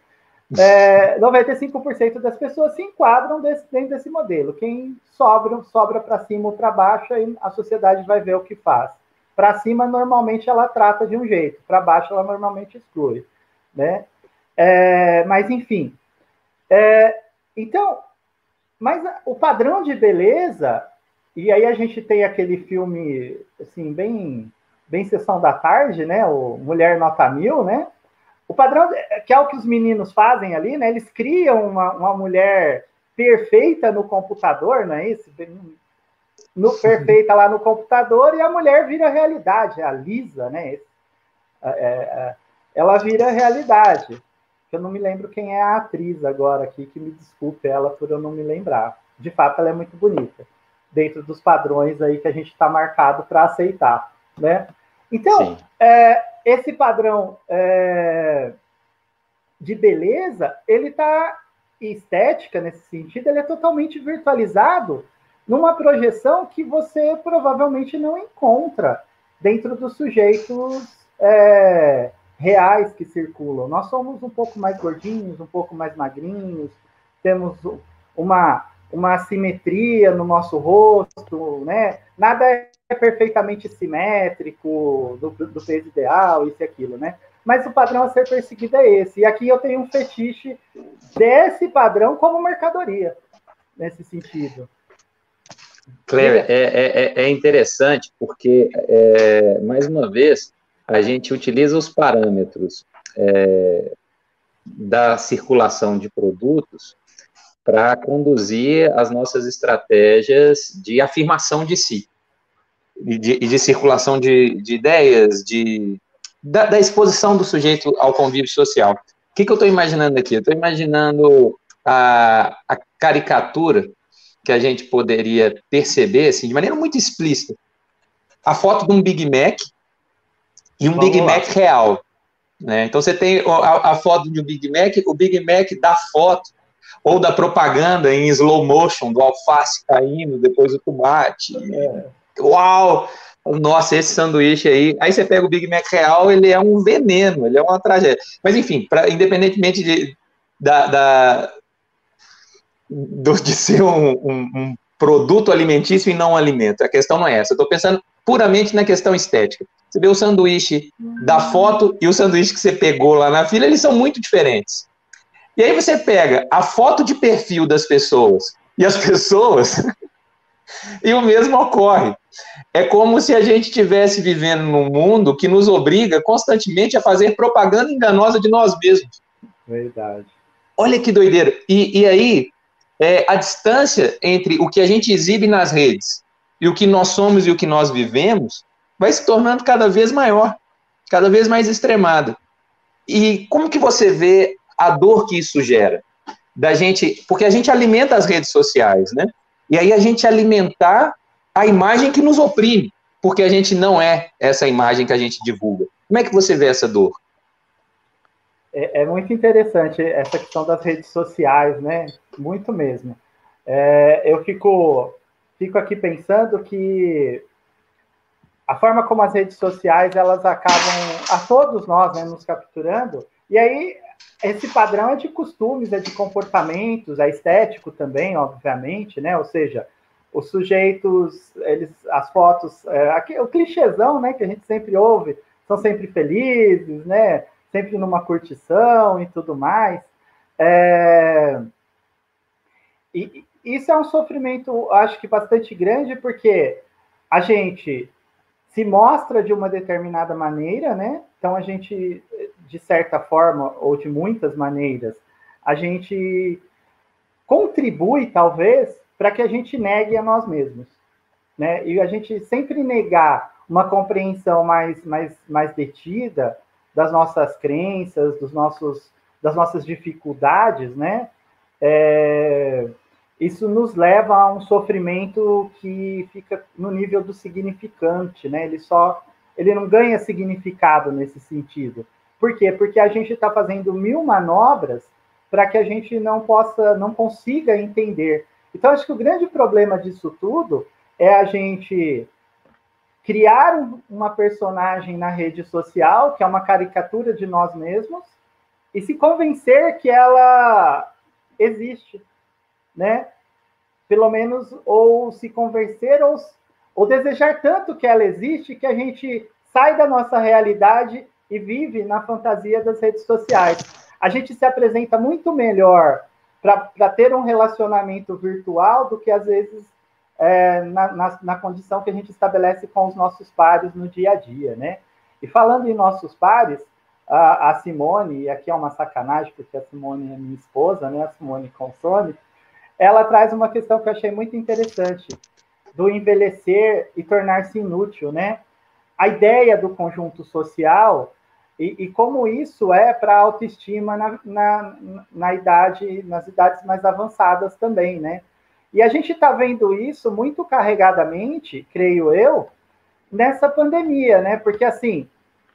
É, noventa e cinco por cento das pessoas se enquadram desse, dentro desse modelo. Quem sobra, sobra para cima ou para baixo, aí a sociedade vai ver o que faz. Para cima, normalmente, ela trata de um jeito. Para baixo, ela normalmente exclui. Né? É, mas, enfim. É, então, mas o padrão de beleza... E aí a gente tem aquele filme, assim, bem, bem sessão da tarde, né? O Mulher Nota Mil, né? O padrão, que é o que os meninos fazem ali, né? Eles criam uma, uma mulher perfeita no computador, não é isso? No, perfeita lá no computador, e a mulher vira realidade, a Lisa, né? É, é, ela vira realidade. Eu não me lembro quem é a atriz agora aqui, que me desculpe ela por eu não me lembrar. De fato, ela é muito bonita, dentro dos padrões aí que a gente está marcado para aceitar, né? Então, é, esse padrão é, de beleza, ele está, estética nesse sentido, ele é totalmente virtualizado numa projeção que você provavelmente não encontra dentro dos sujeitos é, reais que circulam. Nós somos um pouco mais gordinhos, um pouco mais magrinhos, temos uma, uma assimetria no nosso rosto, né? Nada é perfeitamente simétrico do, do peso ideal, isso e aquilo, né? Mas o padrão a ser perseguido é esse. E aqui eu tenho um fetiche desse padrão como mercadoria, nesse sentido. Cléber, é, é, é interessante porque, é, mais uma vez, a gente utiliza os parâmetros é, da circulação de produtos para conduzir as nossas estratégias de afirmação de si, e de, de circulação de, de ideias, de, da, da exposição do sujeito ao convívio social. O que, que eu estou imaginando aqui? Eu estou imaginando a, a caricatura que a gente poderia perceber, assim, de maneira muito explícita, a foto de um Big Mac e um Vamos Big lá. Mac real. Né? Então você tem a, a foto de um Big Mac, o Big Mac da foto, ou da propaganda em slow motion, do alface caindo, depois o tomate. É. Uau! Nossa, esse sanduíche aí. Aí você pega o Big Mac real, ele é um veneno, ele é uma tragédia. Mas enfim, pra, independentemente de, da, da, do, de ser um, um, um produto alimentício e não um alimento, a questão não é essa. Eu estou pensando puramente na questão estética. Você vê o sanduíche da foto e o sanduíche que você pegou lá na fila, eles são muito diferentes. E aí você pega a foto de perfil das pessoas e as pessoas e o mesmo ocorre. É como se a gente estivesse vivendo num mundo que nos obriga constantemente a fazer propaganda enganosa de nós mesmos. Verdade. Olha que doideira. E, e aí, é, a distância entre o que a gente exibe nas redes e o que nós somos e o que nós vivemos vai se tornando cada vez maior, cada vez mais extremada. E como que você vê a dor que isso gera? Da gente, porque a gente alimenta as redes sociais, né? E aí a gente alimentar a imagem que nos oprime, porque a gente não é essa imagem que a gente divulga. Como é que você vê essa dor? É, é muito interessante essa questão das redes sociais, né? Muito mesmo. É, eu fico, fico aqui pensando que a forma como as redes sociais elas acabam a todos nós, né, nos capturando. E aí esse padrão é de costumes, é de comportamentos, é estético também, obviamente, né? Ou seja, os sujeitos, eles, as fotos, é, aqui, o clichêzão, né, que a gente sempre ouve, são sempre felizes, né? Sempre numa curtição e tudo mais. É... E isso é um sofrimento, acho que bastante grande, porque a gente se mostra de uma determinada maneira, né? Então a gente, de certa forma, ou de muitas maneiras, a gente contribui, talvez, para que a gente negue a nós mesmos, né? E a gente sempre negar uma compreensão mais, mais, mais detida das nossas crenças, dos nossos, das nossas dificuldades, né? É... Isso nos leva a um sofrimento que fica no nível do significante, né? Ele só, ele não ganha significado nesse sentido. Por quê? Porque a gente está fazendo mil manobras para que a gente não possa, não consiga entender. Então, acho que o grande problema disso tudo é a gente criar uma personagem na rede social, que é uma caricatura de nós mesmos, e se convencer que ela existe, né? Pelo menos, ou se convencer, ou, ou desejar tanto que ela existe, que a gente sai da nossa realidade e vive na fantasia das redes sociais. A gente se apresenta muito melhor para ter um relacionamento virtual do que, às vezes, é, na, na, na condição que a gente estabelece com os nossos pares no dia a dia, né? E falando em nossos pares, a, a Simone, e aqui é uma sacanagem, porque a Simone é minha esposa, né? A Simone Consome, ela traz uma questão que eu achei muito interessante, do envelhecer e tornar-se inútil, né? A ideia do conjunto social e, e como isso é para a autoestima na, na, na idade, nas idades mais avançadas também, né? E a gente está vendo isso muito carregadamente, creio eu, nessa pandemia, né? Porque, assim,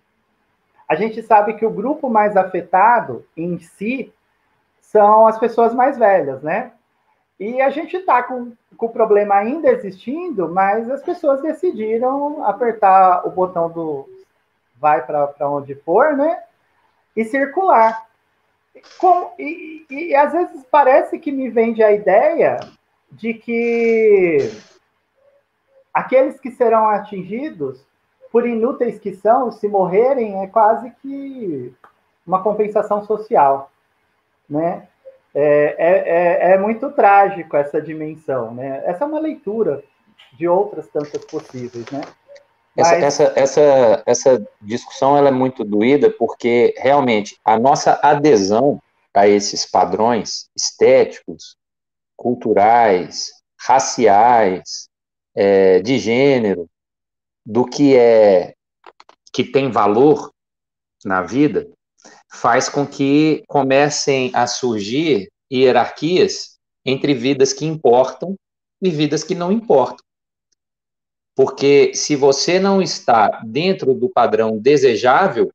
a gente sabe que o grupo mais afetado em si são as pessoas mais velhas, né? E a gente está com, com o problema ainda existindo, mas as pessoas decidiram apertar o botão do vai para onde for, né? E circular. Com, e, e, e às vezes parece que me vende a ideia de que aqueles que serão atingidos, por inúteis que são, se morrerem, é quase que uma compensação social, né? É, é, é muito trágico essa dimensão, né? Essa é uma leitura de outras tantas possíveis, né? Essa, Mas... essa, essa, essa discussão ela é muito doída porque, realmente, a nossa adesão a esses padrões estéticos, culturais, raciais, é, de gênero, do que é que tem valor na vida, faz com que comecem a surgir hierarquias entre vidas que importam e vidas que não importam. Porque se você não está dentro do padrão desejável,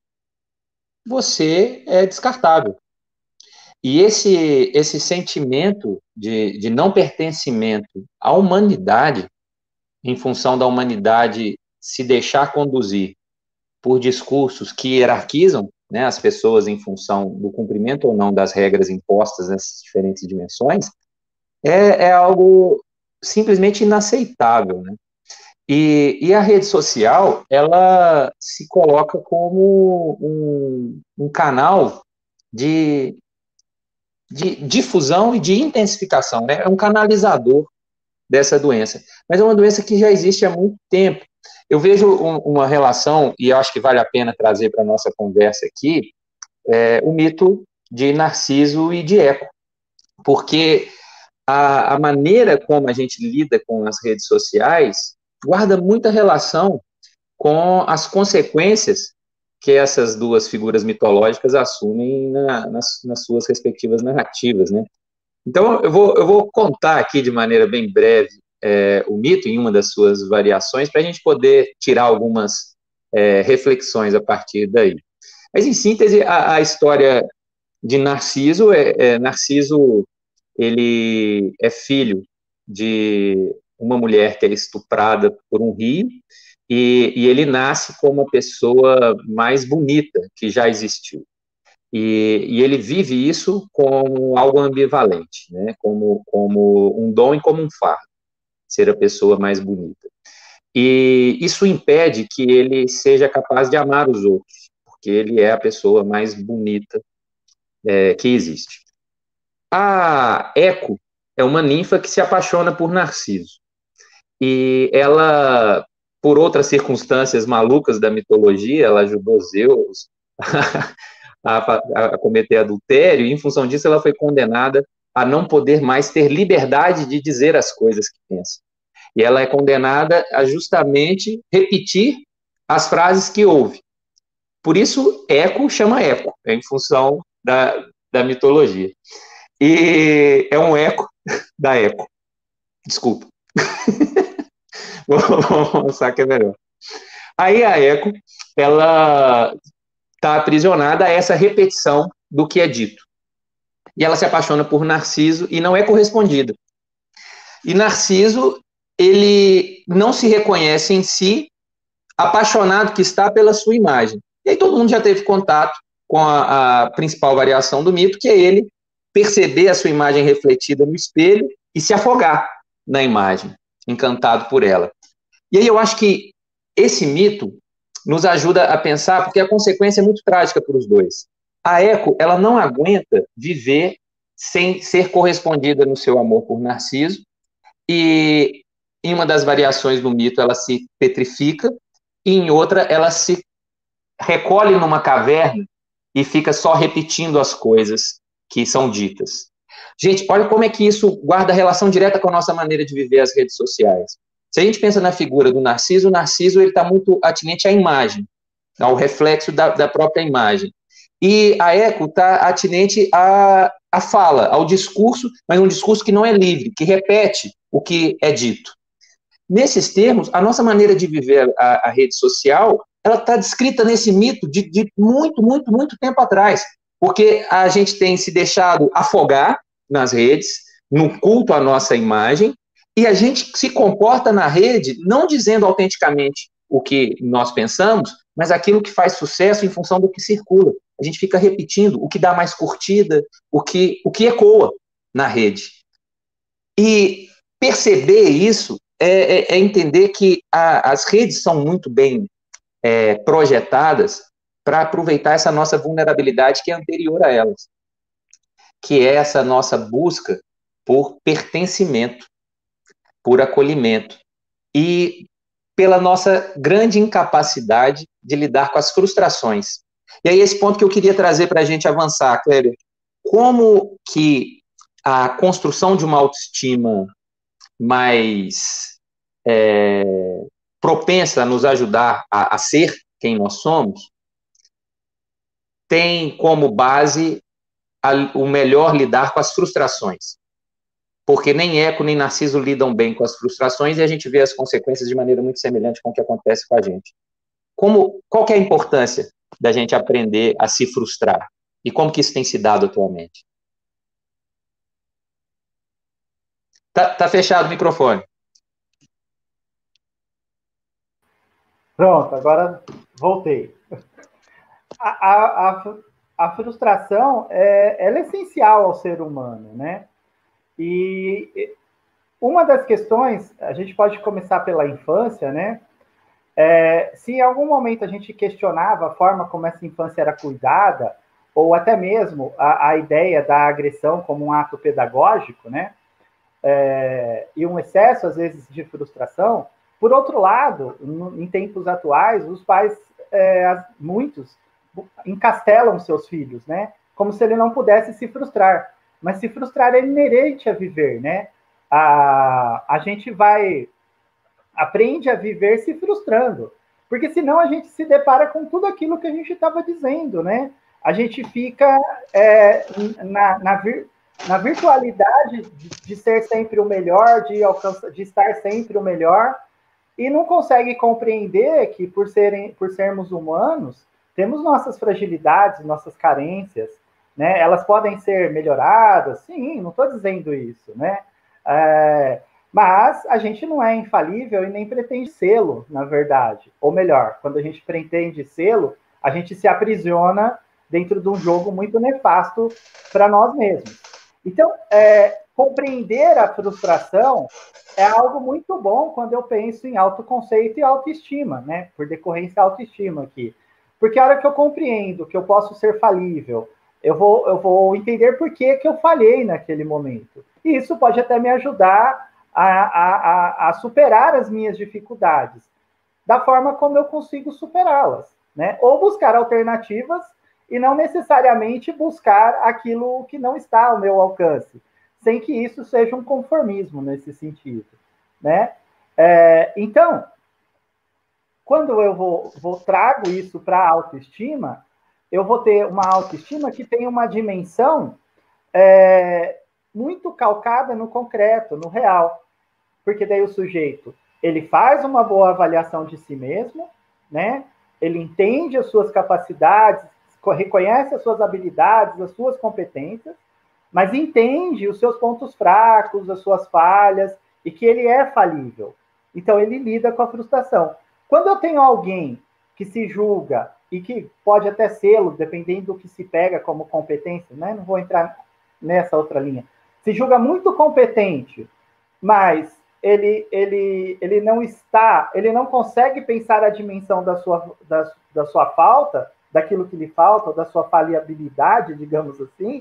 você é descartável. E esse, esse sentimento de, de não pertencimento à humanidade, em função da humanidade se deixar conduzir por discursos que hierarquizam, né, as pessoas em função do cumprimento ou não das regras impostas nessas diferentes dimensões, é, é algo simplesmente inaceitável, né? E, e a rede social, ela se coloca como um, um canal de, de difusão e de intensificação, né? É um canalizador dessa doença. Mas é uma doença que já existe há muito tempo. Eu vejo um, uma relação, e acho que vale a pena trazer para a nossa conversa aqui, é, o mito de Narciso e de Eco. Porque a, a maneira como a gente lida com as redes sociais guarda muita relação com as consequências que essas duas figuras mitológicas assumem na, nas, nas suas respectivas narrativas, né? Então, eu vou, eu vou contar aqui de maneira bem breve é, o mito em uma das suas variações, para a gente poder tirar algumas é, reflexões a partir daí. Mas, em síntese, a, a história de Narciso é, é Narciso, ele é filho de uma mulher que é estuprada por um rio, e, e ele nasce como a pessoa mais bonita que já existiu. E, e, ele vive isso como algo ambivalente, né? como, como um dom e como um fardo, ser a pessoa mais bonita. E isso impede que ele seja capaz de amar os outros, porque ele é a pessoa mais bonita é, que existe. A Eco é uma ninfa que se apaixona por Narciso. E ela, por outras circunstâncias malucas da mitologia, ela ajudou Zeus a, a cometer adultério, e em função disso ela foi condenada a não poder mais ter liberdade de dizer as coisas que pensa. E ela é condenada a justamente repetir as frases que ouve. Por isso, Eco chama Eco, é em função da, da mitologia. E é um eco da Eco. Desculpa. Vamos mostrar que é melhor. Aí a Eco, ela está aprisionada a essa repetição do que é dito. E ela se apaixona por Narciso e não é correspondida. E Narciso, ele não se reconhece em si apaixonado que está pela sua imagem. E aí todo mundo já teve contato com a, a principal variação do mito, que é ele perceber a sua imagem refletida no espelho e se afogar na imagem, encantado por ela. E aí eu acho que esse mito nos ajuda a pensar, porque a consequência é muito trágica para os dois. A Eco, ela não aguenta viver sem ser correspondida no seu amor por Narciso, e em uma das variações do mito ela se petrifica, e em outra ela se recolhe numa caverna e fica só repetindo as coisas que são ditas. Gente, olha como é que isso guarda relação direta com a nossa maneira de viver as redes sociais. Se a gente pensa na figura do Narciso, o Narciso está muito atinente à imagem, ao reflexo da, da própria imagem. E a Eco está atinente à, à fala, ao discurso, mas um discurso que não é livre, que repete o que é dito. Nesses termos, a nossa maneira de viver a, a rede social, ela está descrita nesse mito de, de muito, muito, muito tempo atrás, porque a gente tem se deixado afogar nas redes, no culto à nossa imagem, e a gente se comporta na rede não dizendo autenticamente o que nós pensamos, mas aquilo que faz sucesso em função do que circula. A gente fica repetindo o que dá mais curtida, o que, o que ecoa na rede. E perceber isso é, é, é entender que a, as redes são muito bem é, projetadas para aproveitar essa nossa vulnerabilidade que é anterior a elas, que é essa nossa busca por pertencimento, por acolhimento e pela nossa grande incapacidade de lidar com as frustrações. E aí esse ponto que eu queria trazer para a gente avançar, Kleber, como que a construção de uma autoestima mais é, propensa a nos ajudar a, a ser quem nós somos, tem como base a, o melhor lidar com as frustrações. porque nem Eco nem Narciso lidam bem com as frustrações e a gente vê as consequências de maneira muito semelhante com o que acontece com a gente. Como, qual que é a importância da gente aprender a se frustrar? E como que isso tem se dado atualmente? Tá, tá fechado o microfone. Pronto, agora voltei. A, a, a, a frustração é, ela é essencial ao ser humano, né? E uma das questões, a gente pode começar pela infância, né? É, se em algum momento a gente questionava a forma como essa infância era cuidada, ou até mesmo a, a ideia da agressão como um ato pedagógico, né? É, e um excesso, às vezes, de frustração. Por outro lado, no, em tempos atuais, os pais, é, muitos, encastelam seus filhos, né? Como se ele não pudesse se frustrar. Mas se frustrar é inerente a viver, né? A, a gente vai... aprende a viver se frustrando. Porque senão a gente se depara com tudo aquilo que a gente estava dizendo, né? A gente fica é, na, na, vir, na virtualidade de, de ser sempre o melhor, de, alcançar, de estar sempre o melhor, e não consegue compreender que, por, serem, por sermos humanos, temos nossas fragilidades, nossas carências, né? Elas podem ser melhoradas, sim, não estou dizendo isso, né? É, mas a gente não é infalível e nem pretende sê-lo, na verdade. Ou melhor, quando a gente pretende sê-lo, a gente se aprisiona dentro de um jogo muito nefasto para nós mesmos. Então, é, compreender a frustração é algo muito bom quando eu penso em autoconceito e autoestima, né? Por decorrência, autoestima aqui. Porque a hora que eu compreendo que eu posso ser falível, eu vou, eu vou entender por que, que eu falhei naquele momento. E isso pode até me ajudar a, a, a superar as minhas dificuldades, da forma como eu consigo superá-las, né? Ou buscar alternativas e não necessariamente buscar aquilo que não está ao meu alcance, sem que isso seja um conformismo nesse sentido, né? É, então, quando eu vou, vou trago isso para a autoestima, eu vou ter uma autoestima que tem uma dimensão é, muito calcada no concreto, no real. Porque daí o sujeito, ele faz uma boa avaliação de si mesmo, né? Ele entende as suas capacidades, reconhece as suas habilidades, as suas competências, mas entende os seus pontos fracos, as suas falhas, e que ele é falível. Então, ele lida com a frustração. Quando eu tenho alguém que se julga, e que pode até sê-lo, dependendo do que se pega como competência, né? Não vou entrar nessa outra linha. Se julga muito competente, mas ele, ele, ele não está, ele não consegue pensar a dimensão da sua, da, da sua falta, daquilo que lhe falta, da sua falibilidade, digamos assim,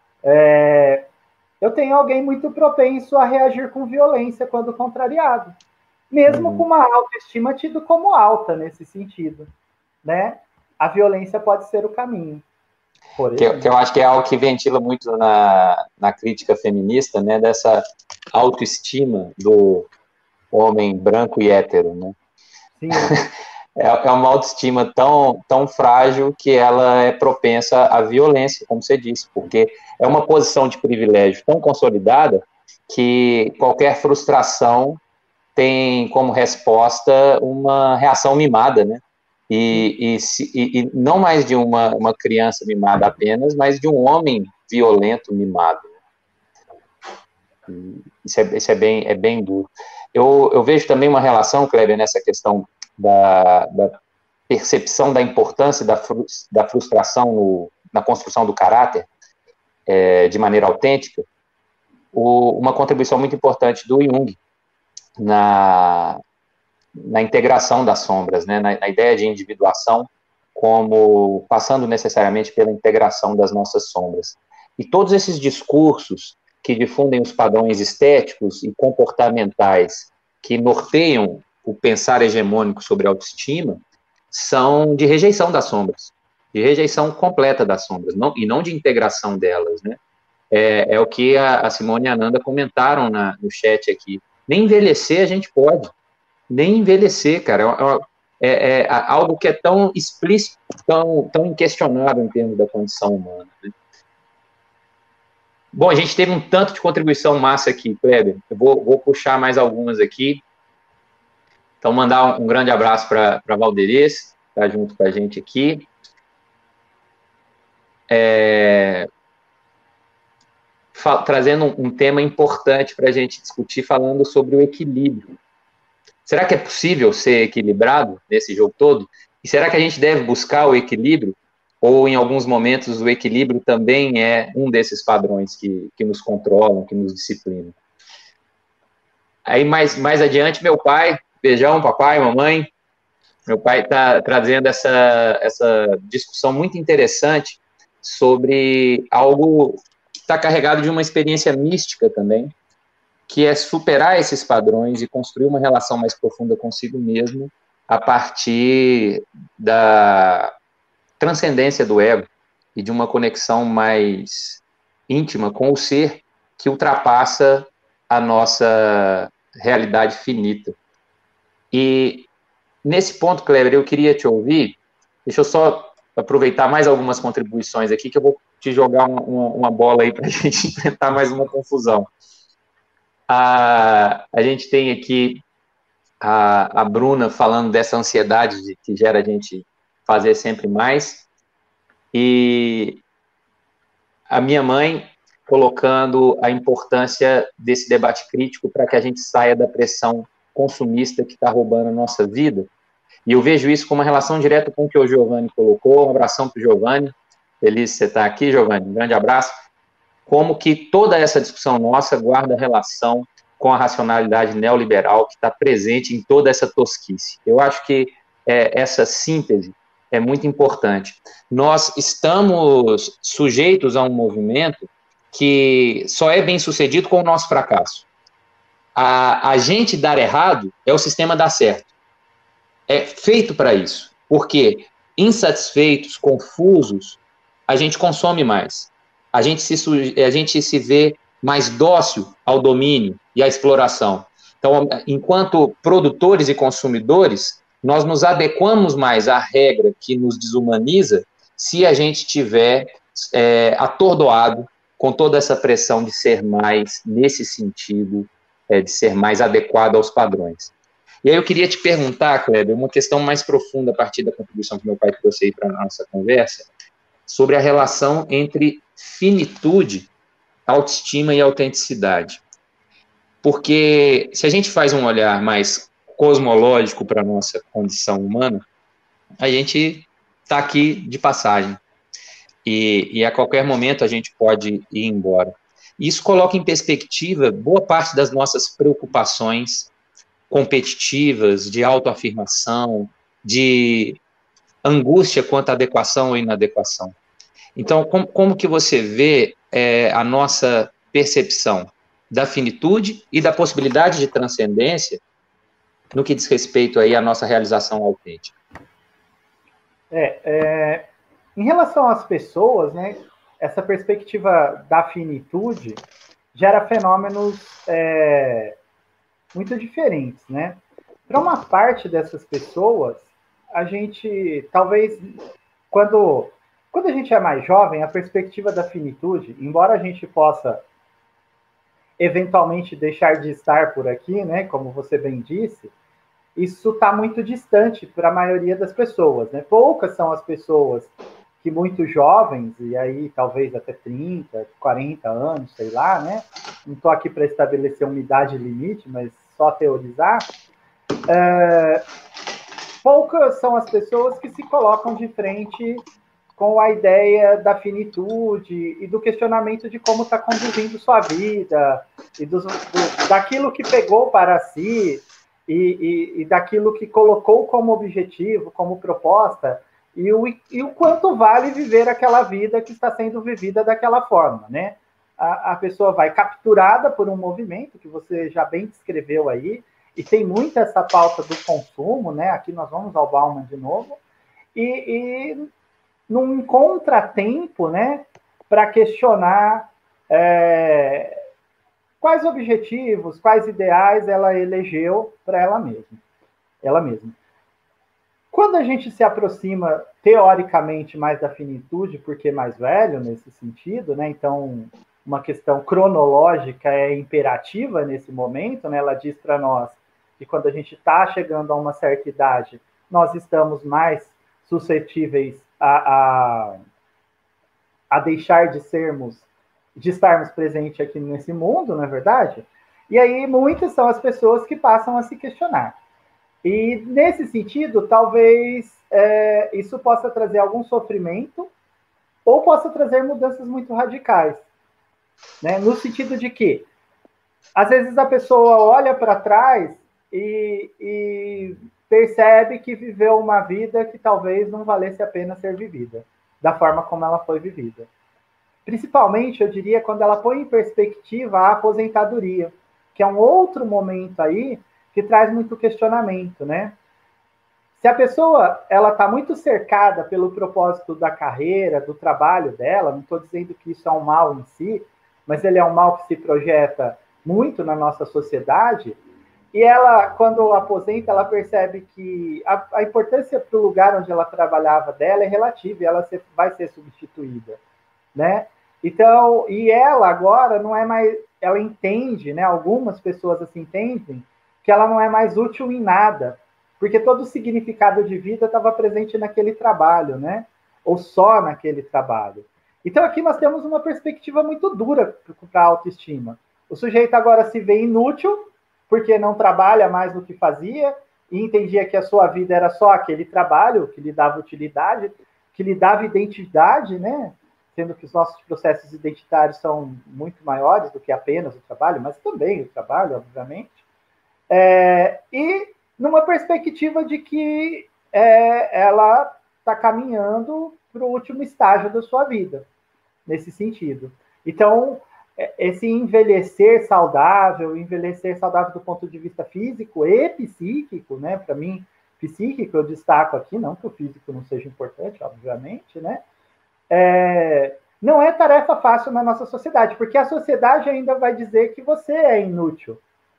é, eu tenho alguém muito propenso a reagir com violência quando contrariado, mesmo uhum. com uma autoestima tido como alta nesse sentido, né? A violência pode ser o caminho. Que eu, que eu acho que é algo que ventila muito na, na crítica feminista, né? Dessa autoestima do homem branco e hétero, né? Sim. É, é uma autoestima tão, tão frágil que ela é propensa à violência, como você disse, porque é uma posição de privilégio tão consolidada que qualquer frustração tem como resposta uma reação mimada, né? E, e, e, e não mais de uma, uma criança mimada apenas, mas de um homem violento mimado. Isso é, isso é, bem, é bem duro. Eu, eu vejo também uma relação, Kleber, nessa questão da, da percepção da importância da, fru, da frustração no, na construção do caráter, é, de maneira autêntica, o, uma contribuição muito importante do Jung na, na integração das sombras, né, na, na ideia de individuação, como passando necessariamente pela integração das nossas sombras. E todos esses discursos que difundem os padrões estéticos e comportamentais que norteiam o pensar hegemônico sobre a autoestima são de rejeição das sombras, de rejeição completa das sombras, não, e não de integração delas, né? É, é o que a, a Simone e a Ananda comentaram na, no chat aqui. Nem envelhecer a gente pode, nem envelhecer, cara, é, é, é algo que é tão explícito, tão, tão inquestionável em termos da condição humana, né? Bom, a gente teve um tanto de contribuição massa aqui, Kleber. Eu vou, vou puxar mais algumas aqui. Então, mandar um, um grande abraço para a Valderez, que está junto com a gente aqui. É, trazendo um, um tema importante para a gente discutir, falando sobre o equilíbrio. Será que é possível ser equilibrado nesse jogo todo? E será que a gente deve buscar o equilíbrio? Ou, em alguns momentos, o equilíbrio também é um desses padrões que, que nos controlam, que nos disciplinam? Aí, mais, mais adiante, meu pai, beijão, papai, mamãe, meu pai está trazendo essa, essa discussão muito interessante sobre algo que está carregado de uma experiência mística também, que é superar esses padrões e construir uma relação mais profunda consigo mesmo a partir da transcendência do ego e de uma conexão mais íntima com o ser que ultrapassa a nossa realidade finita. E nesse ponto, Kleber, eu queria te ouvir, deixa eu só aproveitar mais algumas contribuições aqui, que eu vou te jogar uma, uma, uma bola aí para a gente enfrentar mais uma confusão. A, a gente tem aqui a, a Bruna falando dessa ansiedade de, que gera a gente fazer sempre mais, e a minha mãe colocando a importância desse debate crítico para que a gente saia da pressão consumista que está roubando a nossa vida. E eu vejo isso com uma relação direta com o que o Giovanni colocou. Um abração para o Giovanni. Feliz de você estar aqui, Giovanni. Um grande abraço. Como que toda essa discussão nossa guarda relação com a racionalidade neoliberal que está presente em toda essa tosquice. Eu acho que é, essa síntese é muito importante. Nós estamos sujeitos a um movimento que só é bem sucedido com o nosso fracasso. A, a gente dar errado é o sistema dar certo. É feito para isso, porque insatisfeitos, confusos, a gente consome mais. A gente se, a gente se vê mais dócil ao domínio e à exploração. Então, enquanto produtores e consumidores, nós nos adequamos mais à regra que nos desumaniza se a gente tiver é, atordoado com toda essa pressão de ser mais, nesse sentido, é, de ser mais adequado aos padrões. E aí eu queria te perguntar, Kleber, uma questão mais profunda a partir da contribuição que meu pai trouxe aí para a nossa conversa, sobre a relação entre finitude, autoestima e autenticidade. Porque se a gente faz um olhar mais cosmológico para a nossa condição humana, a gente está aqui de passagem. E, e a qualquer momento a gente pode ir embora. Isso coloca em perspectiva boa parte das nossas preocupações competitivas, de autoafirmação, de angústia quanto à adequação ou inadequação. Então, como, como que você vê é, a nossa percepção da finitude e da possibilidade de transcendência no que diz respeito aí à nossa realização autêntica? É, é, em relação às pessoas, né, essa perspectiva da finitude gera fenômenos é, muito diferentes, né? Para uma parte dessas pessoas, a gente, talvez, quando, quando a gente é mais jovem, a perspectiva da finitude, embora a gente possa eventualmente deixar de estar por aqui, né, como você bem disse, isso está muito distante para a maioria das pessoas, né? Poucas são as pessoas que muito jovens, e aí talvez até trinta, quarenta anos, sei lá, né? Não estou aqui para estabelecer uma idade limite, mas só teorizar. É, poucas são as pessoas que se colocam de frente com a ideia da finitude e do questionamento de como está conduzindo sua vida, e do, do, daquilo que pegou para si, e, e, e daquilo que colocou como objetivo, como proposta, e o, e o quanto vale viver aquela vida que está sendo vivida daquela forma, né? A, a pessoa vai capturada por um movimento que você já bem descreveu aí, e tem muito essa pauta do consumo, né? Aqui nós vamos ao Bauman de novo, e, e num contratempo, né? Para questionar é, quais objetivos, quais ideais ela elegeu para ela mesma, ela mesma. Quando a gente se aproxima, teoricamente, mais da finitude, porque é mais velho nesse sentido, né? Então, uma questão cronológica é imperativa nesse momento, né? Ela diz para nós que quando a gente está chegando a uma certa idade, nós estamos mais suscetíveis a, a, a deixar de sermos, de estarmos presentes aqui nesse mundo, não é verdade? E aí muitas são as pessoas que passam a se questionar. E nesse sentido, talvez é, isso possa trazer algum sofrimento ou possa trazer mudanças muito radicais, né? No sentido de que, às vezes a pessoa olha para trás e, e percebe que viveu uma vida que talvez não valesse a pena ser vivida, da forma como ela foi vivida. Principalmente, eu diria, quando ela põe em perspectiva a aposentadoria, que é um outro momento aí que traz muito questionamento, né? Se a pessoa ela está muito cercada pelo propósito da carreira, do trabalho dela, não estou dizendo que isso é um mal em si, mas ele é um mal que se projeta muito na nossa sociedade, e ela, quando aposenta, ela percebe que a, a importância para o lugar onde ela trabalhava dela é relativa, e ela se, vai ser substituída, né? Então, e ela agora não é mais, ela entende, né? Algumas pessoas assim entendem que ela não é mais útil em nada, porque todo o significado de vida estava presente naquele trabalho, né? Ou só naquele trabalho. Então aqui nós temos uma perspectiva muito dura para a autoestima. O sujeito agora se vê inútil, porque não trabalha mais no que fazia, e entendia que a sua vida era só aquele trabalho que lhe dava utilidade, que lhe dava identidade, né? Sendo que os nossos processos identitários são muito maiores do que apenas o trabalho, mas também o trabalho, obviamente. É, e numa perspectiva de que é, ela está caminhando para o último estágio da sua vida, nesse sentido. Então, esse envelhecer saudável, envelhecer saudável do ponto de vista físico e psíquico, né? Para mim, psíquico eu destaco aqui, não que o físico não seja importante, obviamente, né? É, não é tarefa fácil na nossa sociedade, porque a sociedade ainda vai dizer que você é inútil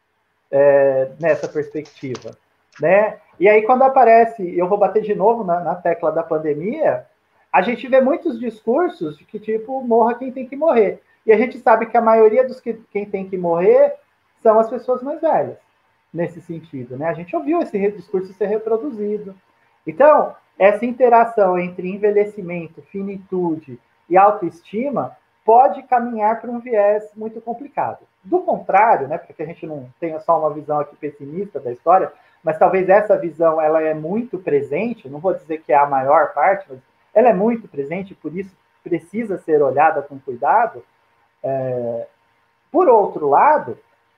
é, nessa perspectiva, né? E aí quando aparece, eu vou bater de novo na, na tecla da pandemia, a gente vê muitos discursos de que tipo, morra quem tem que morrer. E a gente sabe que a maioria dos que quem tem que morrer são as pessoas mais velhas, nesse sentido, né? A gente ouviu esse discurso ser reproduzido. Então, essa interação entre envelhecimento, finitude e autoestima pode caminhar para um viés muito complicado. Do contrário, né, para que a gente não tenha só uma visão aqui pessimista da história, mas talvez essa visão ela é muito presente, não vou dizer que é a maior parte, mas ela é muito presente, por isso precisa ser olhada com cuidado. É... Por outro lado,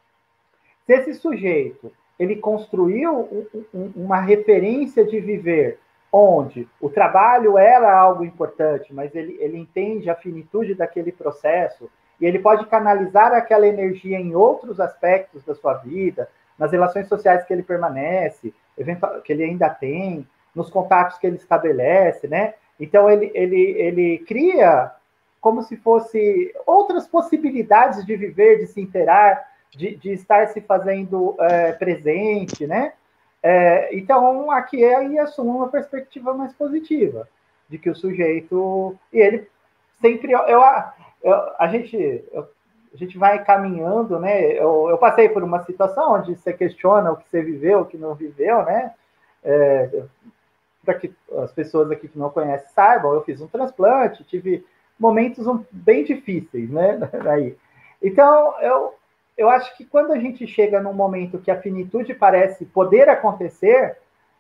se esse sujeito ele construiu um, um, uma referência de viver onde o trabalho era algo importante, mas ele, ele entende a finitude daquele processo e ele pode canalizar aquela energia em outros aspectos da sua vida, nas relações sociais que ele permanece, que ele ainda tem, nos contatos que ele estabelece, né? Então, ele, ele, ele cria como se fosse outras possibilidades de viver, de se interar, de, de estar se fazendo é, presente, né? É, então, aqui aí assume uma perspectiva mais positiva, de que o sujeito... E ele sempre... Eu, eu, a, gente, eu, a gente vai caminhando, né? Eu, eu passei por uma situação onde você questiona o que você viveu, o que não viveu, né? É, para que as pessoas aqui que não conhecem saibam, eu fiz um transplante, tive momentos bem difíceis, né? Aí. Então, eu... Eu acho que quando a gente chega num momento que a finitude parece poder acontecer,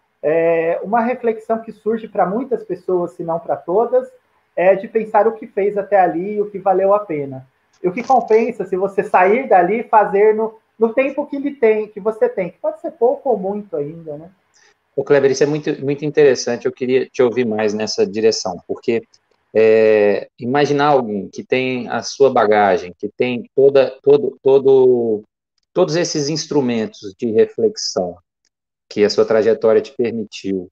é, uma reflexão que surge para muitas pessoas, se não para todas, é de pensar o que fez até ali e o que valeu a pena. E o que compensa se você sair dali e fazer no, no tempo que ele tem, que você tem, que pode ser pouco ou muito ainda, né? Ô, Kleber, isso é muito, muito interessante, eu queria te ouvir mais nessa direção, porque É, imaginar alguém que tem a sua bagagem, que tem toda, todo, todo, todos esses instrumentos de reflexão que a sua trajetória te permitiu,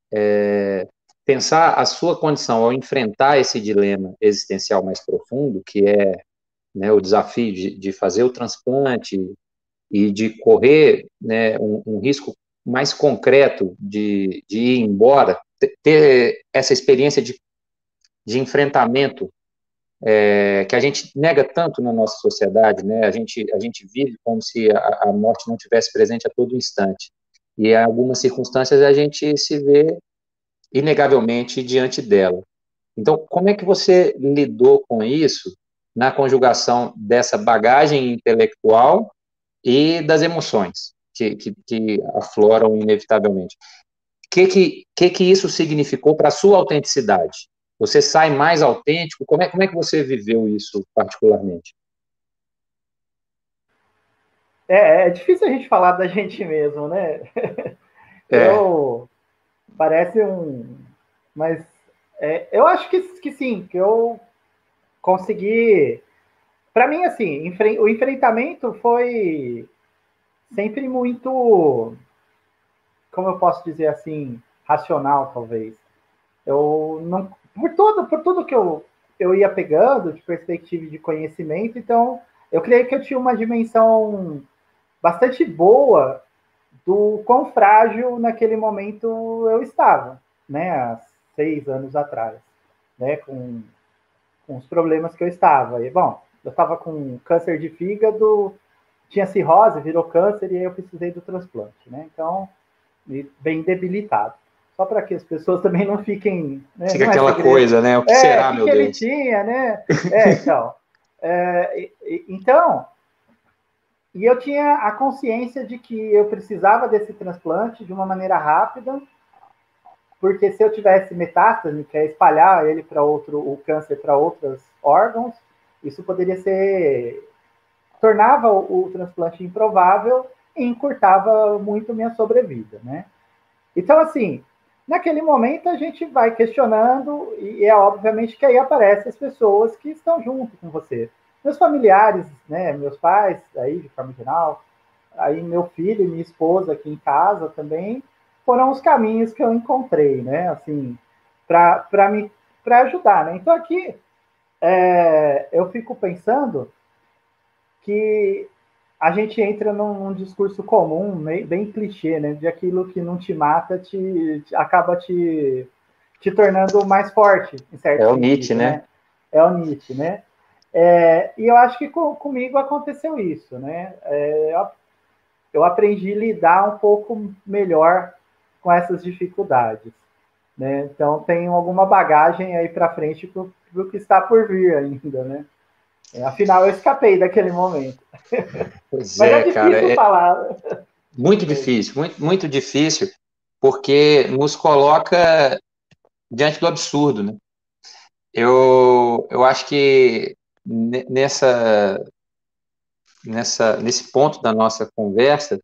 é, pensar a sua condição ao enfrentar esse dilema existencial mais profundo, que é, né, o desafio de, de fazer o transplante e de correr, né, um, um risco mais concreto de, de ir embora, ter essa experiência de de enfrentamento é, que a gente nega tanto na nossa sociedade, né? A gente, a gente vive como se a, a morte não tivesse presente a todo instante. E em algumas circunstâncias a gente se vê inegavelmente diante dela. Então, como é que você lidou com isso na conjugação dessa bagagem intelectual e das emoções que, que, que afloram inevitavelmente? O que, que, que, que isso significou para a sua autenticidade? Você sai mais autêntico? Como é, como é que você viveu isso particularmente? É, é difícil a gente falar da gente mesmo, né? É, Eu parece um, mas é, eu acho que, que sim, que eu consegui. Para mim, assim, enfre- o enfrentamento foi sempre muito, como eu posso dizer assim, racional, talvez. Eu não, por tudo, por tudo que eu, eu ia pegando de perspectiva de conhecimento, então eu creio que eu tinha uma dimensão bastante boa do quão frágil naquele momento eu estava, né, há seis anos atrás, né, com, com os problemas que eu estava. E, bom, eu estava com câncer de fígado, tinha cirrose, virou câncer e aí eu precisei do transplante, né, então, bem debilitado. Só para que as pessoas também não fiquem, né, fica não é aquela segredo. coisa, né? O que É, o será, que, meu que ele Deus? tinha, né? É, então. É, então, e eu tinha a consciência de que eu precisava desse transplante de uma maneira rápida, porque se eu tivesse metástase, que é espalhar ele para outro, o câncer para outros órgãos, isso poderia ser, tornava o, o transplante improvável e encurtava muito minha sobrevida, né? Então, assim, naquele momento a gente vai questionando e é obviamente que aí aparecem as pessoas que estão junto com você. Meus familiares, né, meus pais, aí de forma geral, aí meu filho e minha esposa aqui em casa também, foram os caminhos que eu encontrei, né, assim, para me para ajudar, né? Então aqui é, eu fico pensando que a gente entra num, num discurso comum, bem, bem clichê, né? De aquilo que não te mata te, te acaba te, te tornando mais forte, em É certo o Nietzsche, sentido, né? né? É o Nietzsche, né? É, e eu acho que com, comigo aconteceu isso, né? É, eu, eu aprendi a lidar um pouco melhor com essas dificuldades, né? Então tenho alguma bagagem aí para frente para o que está por vir ainda, né? É, afinal, eu escapei daquele momento. Pois Mas é é, cara, difícil é falar. muito difícil, muito, muito difícil, porque nos coloca diante do absurdo, né? Eu, eu acho que nessa, nessa, nesse ponto da nossa conversa,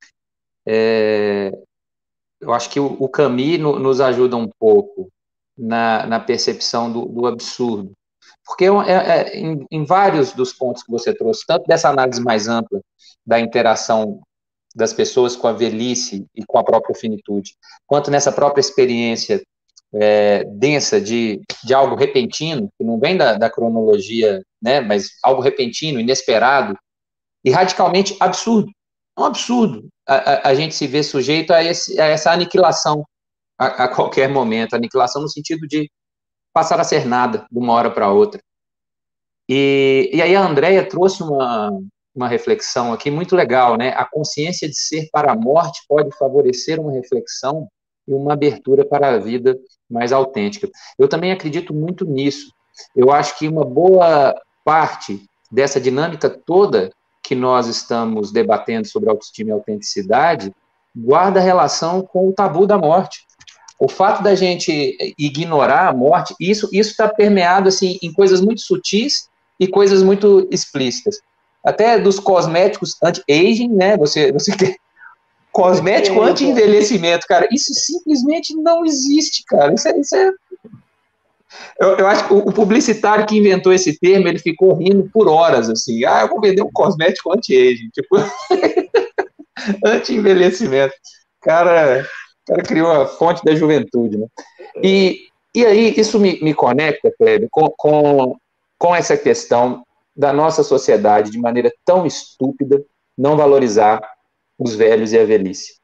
eu acho que o, o Camus no, nos ajuda um pouco na, na percepção do, do absurdo. Porque é, é, em, em vários dos pontos que você trouxe, tanto dessa análise mais ampla da interação das pessoas com a velhice e com a própria finitude, quanto nessa própria experiência é, densa de, de algo repentino, que não vem da, da cronologia, né, mas algo repentino, inesperado e radicalmente absurdo. É um absurdo a, a, a gente se ver sujeito a, esse, a essa aniquilação a, a qualquer momento, aniquilação no sentido de passar a ser nada de uma hora para outra. E, e aí a Andrea trouxe uma, uma reflexão aqui muito legal, né? A consciência de ser para a morte pode favorecer uma reflexão e uma abertura para a vida mais autêntica. Eu também acredito muito nisso. Eu acho que uma boa parte dessa dinâmica toda que nós estamos debatendo sobre autoestima e autenticidade guarda relação com o tabu da morte. O fato da gente ignorar a morte, isso isso está permeado assim em coisas muito sutis e coisas muito explícitas. Até dos cosméticos anti-aging, né? Você, você quer cosmético anti-envelhecimento, cara. Isso simplesmente não existe, cara. Isso é, isso é... Eu, eu acho que o, o publicitário que inventou esse termo, ele ficou rindo por horas, assim. Ah, eu vou vender um cosmético anti-aging, tipo, anti-envelhecimento. Cara, o cara criou a fonte da juventude, né? E, e aí, isso me, me conecta, Kleber, com, com, com essa questão da nossa sociedade, de maneira tão estúpida, não valorizar os velhos e a velhice.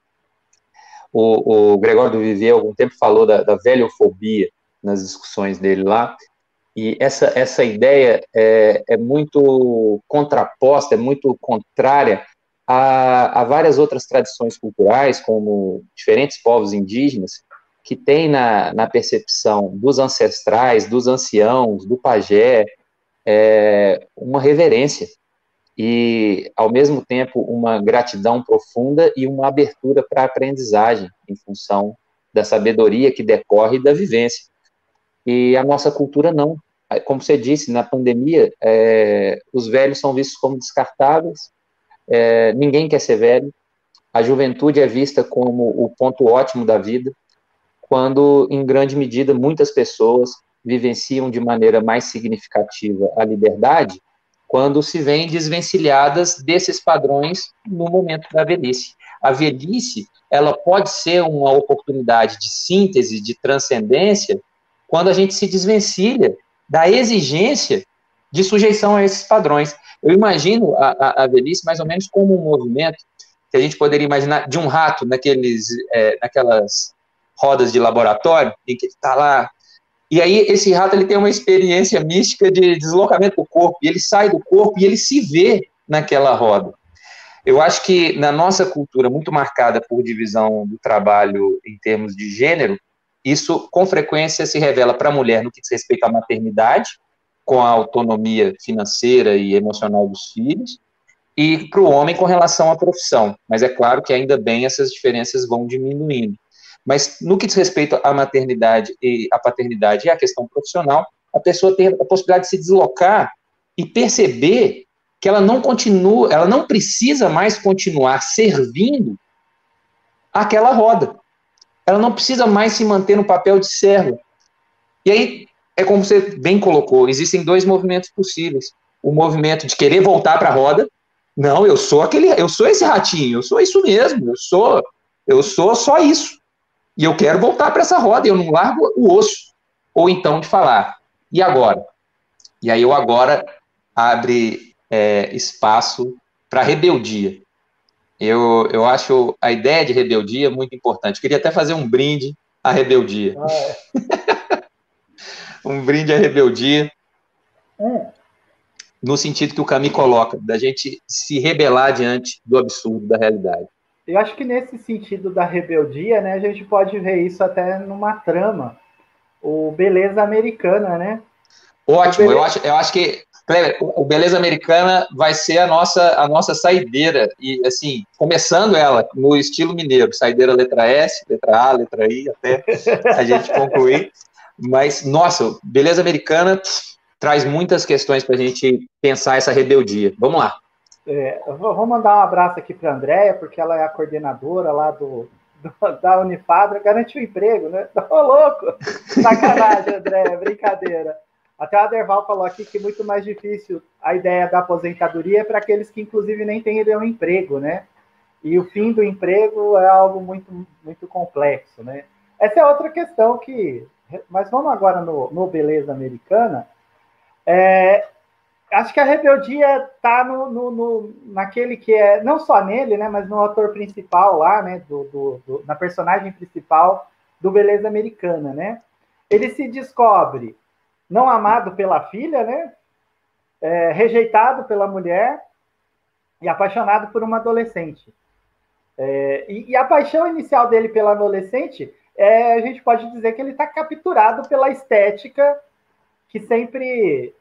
O, o Gregório do Vivier, há algum tempo, falou da, da velhofobia nas discussões dele lá, E essa, essa ideia é, é muito contraposta, é muito contrária a, a várias outras tradições culturais, como diferentes povos indígenas, que têm na, na percepção dos ancestrais, dos anciãos, do pajé, é, uma reverência e, ao mesmo tempo, uma gratidão profunda e uma abertura para a aprendizagem, em função da sabedoria que decorre da vivência. E a nossa cultura não. Como você disse, na pandemia, é, os velhos são vistos como descartáveis, é, ninguém quer ser velho, a juventude é vista como o ponto ótimo da vida, quando, em grande medida, muitas pessoas vivenciam de maneira mais significativa a liberdade, quando se veem desvencilhadas desses padrões no momento da velhice. A velhice, ela pode ser uma oportunidade de síntese, de transcendência, quando a gente se desvencilha da exigência de sujeição a esses padrões. Eu imagino a, a, a velhice mais ou menos como um movimento que a gente poderia imaginar de um rato naqueles, é, naquelas rodas de laboratório, em que ele está lá. E aí esse rato ele tem uma experiência mística de deslocamento do corpo, e ele sai do corpo e ele se vê naquela roda. Eu acho que na nossa cultura, muito marcada por divisão do trabalho em termos de gênero, isso com frequência se revela para a mulher no que diz respeito à maternidade, com a autonomia financeira e emocional dos filhos, e para o homem com relação à profissão. Mas é claro que ainda bem essas diferenças vão diminuindo. Mas no que diz respeito à maternidade e à paternidade e à questão profissional, a pessoa tem a possibilidade de se deslocar e perceber que ela não continua, ela não precisa mais continuar servindo aquela roda. Ela não precisa mais se manter no papel de serva. E aí, é como você bem colocou, existem dois movimentos possíveis. O movimento de querer voltar para a roda. Não, eu sou aquele, eu sou esse ratinho, eu sou isso mesmo, eu sou, eu sou só isso. E eu quero voltar para essa roda, eu não largo o osso. Ou então de falar, e agora? E aí o agora abre é, espaço para rebeldia. Eu, eu acho a ideia de rebeldia muito importante. Eu queria até fazer um brinde à rebeldia. Ah, é. Um brinde à rebeldia. É. No sentido que o Camus coloca, da gente se rebelar diante do absurdo da realidade. Eu acho que nesse sentido da rebeldia, né, a gente pode ver isso até numa trama, o Beleza Americana, né? Ótimo, Beleza... eu, acho, eu acho que Kleber, o Beleza Americana vai ser a nossa, a nossa saideira, e assim, começando ela no estilo mineiro, saideira letra S, letra A, letra I, até a gente concluir. Mas, nossa, Beleza Americana traz muitas questões para a gente pensar essa rebeldia. Vamos lá. É, eu vou mandar um abraço aqui para a Andréia, porque ela é a coordenadora lá do, do, da Unifadra, garantiu emprego, né? Ô, louco! Sacanagem, Andréia, brincadeira. Até a Derval falou aqui que é muito mais difícil a ideia da aposentadoria é para aqueles que, inclusive, nem têm um emprego, né? E o fim do emprego é algo muito, muito complexo, né? Essa é outra questão que... Mas vamos agora no, no Beleza Americana. É, acho que a rebeldia está no, no, no, naquele que é... Não só nele, né? Mas no ator principal lá, né? Do, do, do, na personagem principal do Beleza Americana, né? Ele se descobre não amado pela filha, né? É, rejeitado pela mulher e apaixonado por uma adolescente. É, e, e a paixão inicial dele pela adolescente, é, a gente pode dizer que ele está capturado pela estética que sempre...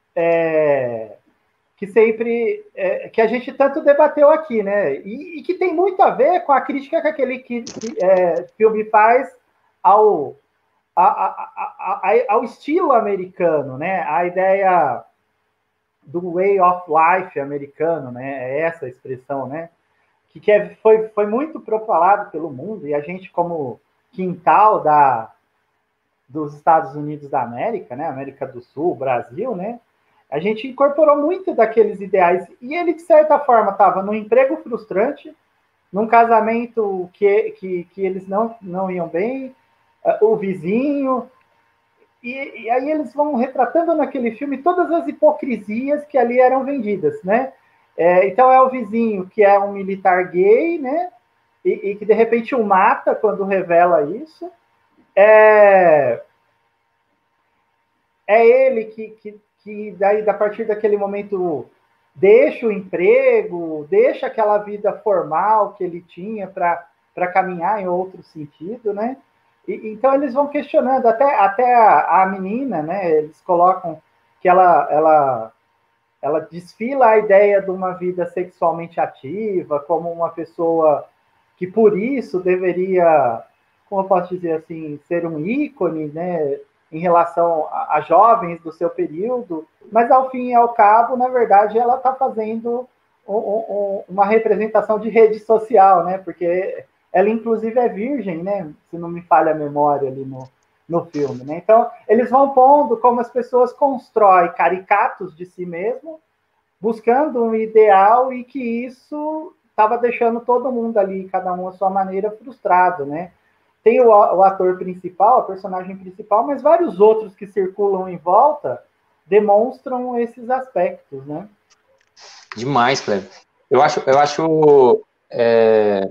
É, que sempre... É, que a gente tanto debateu aqui, né? E, e que tem muito a ver com a crítica que aquele que, que, é, filme faz ao... A, a, a, a, ao estilo americano, né? A ideia do way of life americano, né? É essa expressão, né? Que, que é, foi, foi muito propalado pelo mundo, e a gente, como quintal da, dos Estados Unidos da América, né? América do Sul, Brasil, né? A gente incorporou muito daqueles ideais, e ele, de certa forma, estava num emprego frustrante, num casamento que, que, que eles não, não iam bem, o vizinho, e, e aí eles vão retratando naquele filme todas as hipocrisias que ali eram vendidas, né? É, então é o vizinho que é um militar gay, né? E, e que de repente o mata quando revela isso. É, é ele que, que, que daí, a partir daquele momento, deixa o emprego, deixa aquela vida formal que ele tinha para caminhar em outro sentido, né? E, então eles vão questionando, até, até a, a menina, né? Eles colocam que ela, ela, ela desfila a ideia de uma vida sexualmente ativa, como uma pessoa que por isso deveria, como eu posso dizer assim, ser um ícone, né? Em relação a, a jovens do seu período, mas ao fim e ao cabo, na verdade, ela está fazendo um, um, uma representação de rede social, né? Porque ela, inclusive, é virgem, né? Se não me falha a memória ali no, no filme, né? Então, eles vão pondo como as pessoas constroem caricatos de si mesmo, buscando um ideal e que isso estava deixando todo mundo ali, cada um à sua maneira, frustrado, né? Tem o, o ator principal, a personagem principal, mas vários outros que circulam em volta demonstram esses aspectos, né? Demais, Cleber. Eu acho, eu acho é,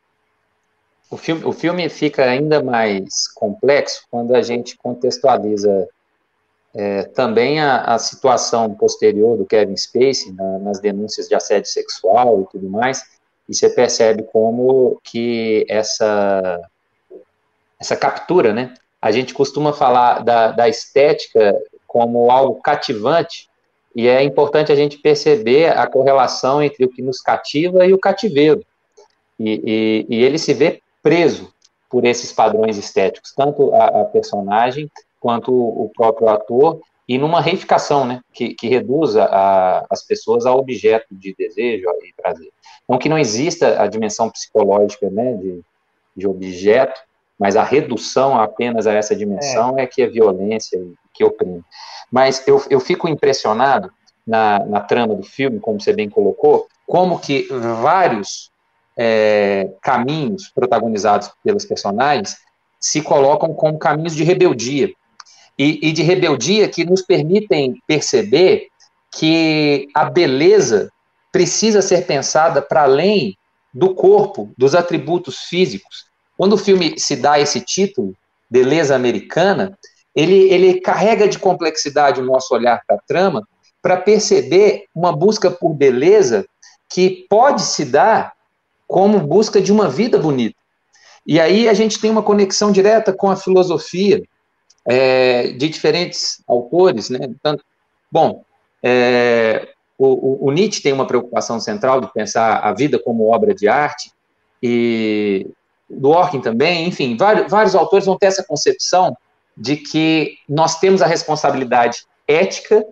o, filme, o filme fica ainda mais complexo quando a gente contextualiza é, também a, a situação posterior do Kevin Spacey na, nas denúncias de assédio sexual e tudo mais, e você percebe como que essa essa captura, né? A gente costuma falar da, da estética como algo cativante, e é importante a gente perceber a correlação entre o que nos cativa e o cativeiro. E, e, e ele se vê preso por esses padrões estéticos, tanto a, a personagem quanto o, o próprio ator, e numa reificação, né, que, que reduz a, as pessoas a objeto de desejo e prazer. Não que não exista a dimensão psicológica, né, de, de objeto, mas a redução apenas a essa dimensão é, é que é violência, que oprime. Mas eu, eu fico impressionado na, na trama do filme, como você bem colocou, como que vários é, caminhos protagonizados pelos personagens se colocam como caminhos de rebeldia. E, e de rebeldia que nos permitem perceber que a beleza precisa ser pensada para além do corpo, dos atributos físicos. Quando o filme se dá esse título, Beleza Americana, ele, ele carrega de complexidade o nosso olhar para a trama para perceber uma busca por beleza que pode se dar como busca de uma vida bonita. E aí a gente tem uma conexão direta com a filosofia é, de diferentes autores, né? Tanto, bom, é, o, o, o Nietzsche tem uma preocupação central de pensar a vida como obra de arte, e Dworkin também, enfim, vários, vários autores vão ter essa concepção de que nós temos a responsabilidade ética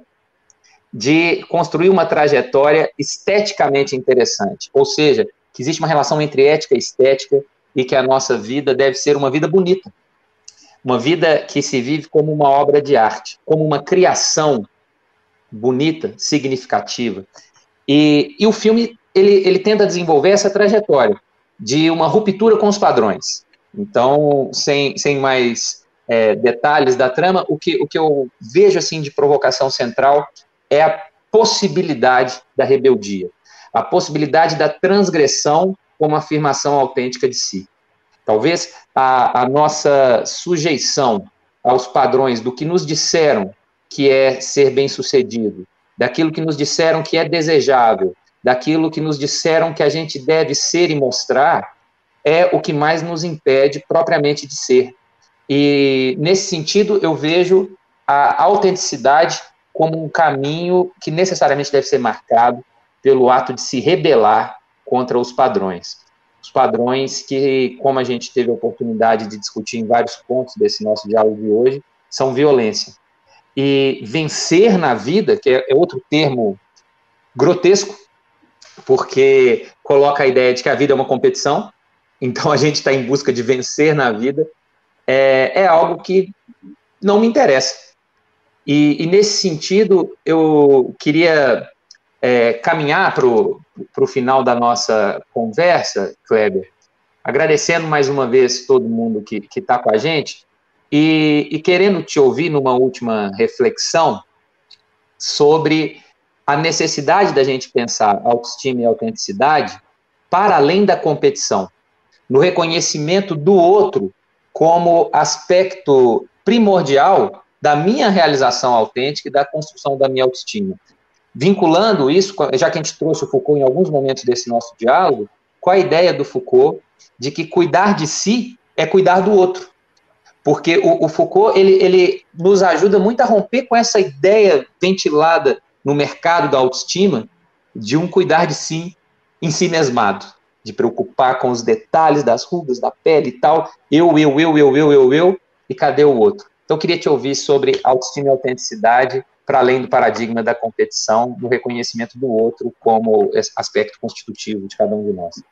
de construir uma trajetória esteticamente interessante, ou seja, que existe uma relação entre ética e estética e que a nossa vida deve ser uma vida bonita, uma vida que se vive como uma obra de arte, como uma criação bonita, significativa. E, e o filme, ele, ele tenta desenvolver essa trajetória de uma ruptura com os padrões. Então, sem, sem mais é, detalhes da trama, o que, o que eu vejo assim, de provocação central é a possibilidade da rebeldia, a possibilidade da transgressão como afirmação autêntica de si. Talvez a, a nossa sujeição aos padrões do que nos disseram que é ser bem-sucedido, daquilo que nos disseram que é desejável, daquilo que nos disseram que a gente deve ser e mostrar, é o que mais nos impede propriamente de ser. E, nesse sentido, eu vejo a autenticidade como um caminho que necessariamente deve ser marcado pelo ato de se rebelar contra os padrões. Os padrões que, como a gente teve a oportunidade de discutir em vários pontos desse nosso diálogo de hoje, são violência. E vencer na vida, que é outro termo grotesco, porque coloca a ideia de que a vida é uma competição, então a gente está em busca de vencer na vida, é, é algo que não me interessa. E, e nesse sentido, eu queria é, caminhar para o final da nossa conversa, Kleber, agradecendo mais uma vez todo mundo que está com a gente, e, e querendo te ouvir numa última reflexão sobre a necessidade da gente pensar autoestima e autenticidade para além da competição, no reconhecimento do outro como aspecto primordial da minha realização autêntica e da construção da minha autoestima. Vinculando isso, já que a gente trouxe o Foucault em alguns momentos desse nosso diálogo, com a ideia do Foucault de que cuidar de si é cuidar do outro. Porque o, o Foucault, ele, ele nos ajuda muito a romper com essa ideia ventilada no mercado da autoestima de um cuidar de si em si mesmado, de preocupar com os detalhes das rugas, da pele e tal, eu, eu, eu, eu, eu, eu, eu, e cadê o outro? Então, eu queria te ouvir sobre autoestima e autenticidade, para além do paradigma da competição, do reconhecimento do outro como aspecto constitutivo de cada um de nós.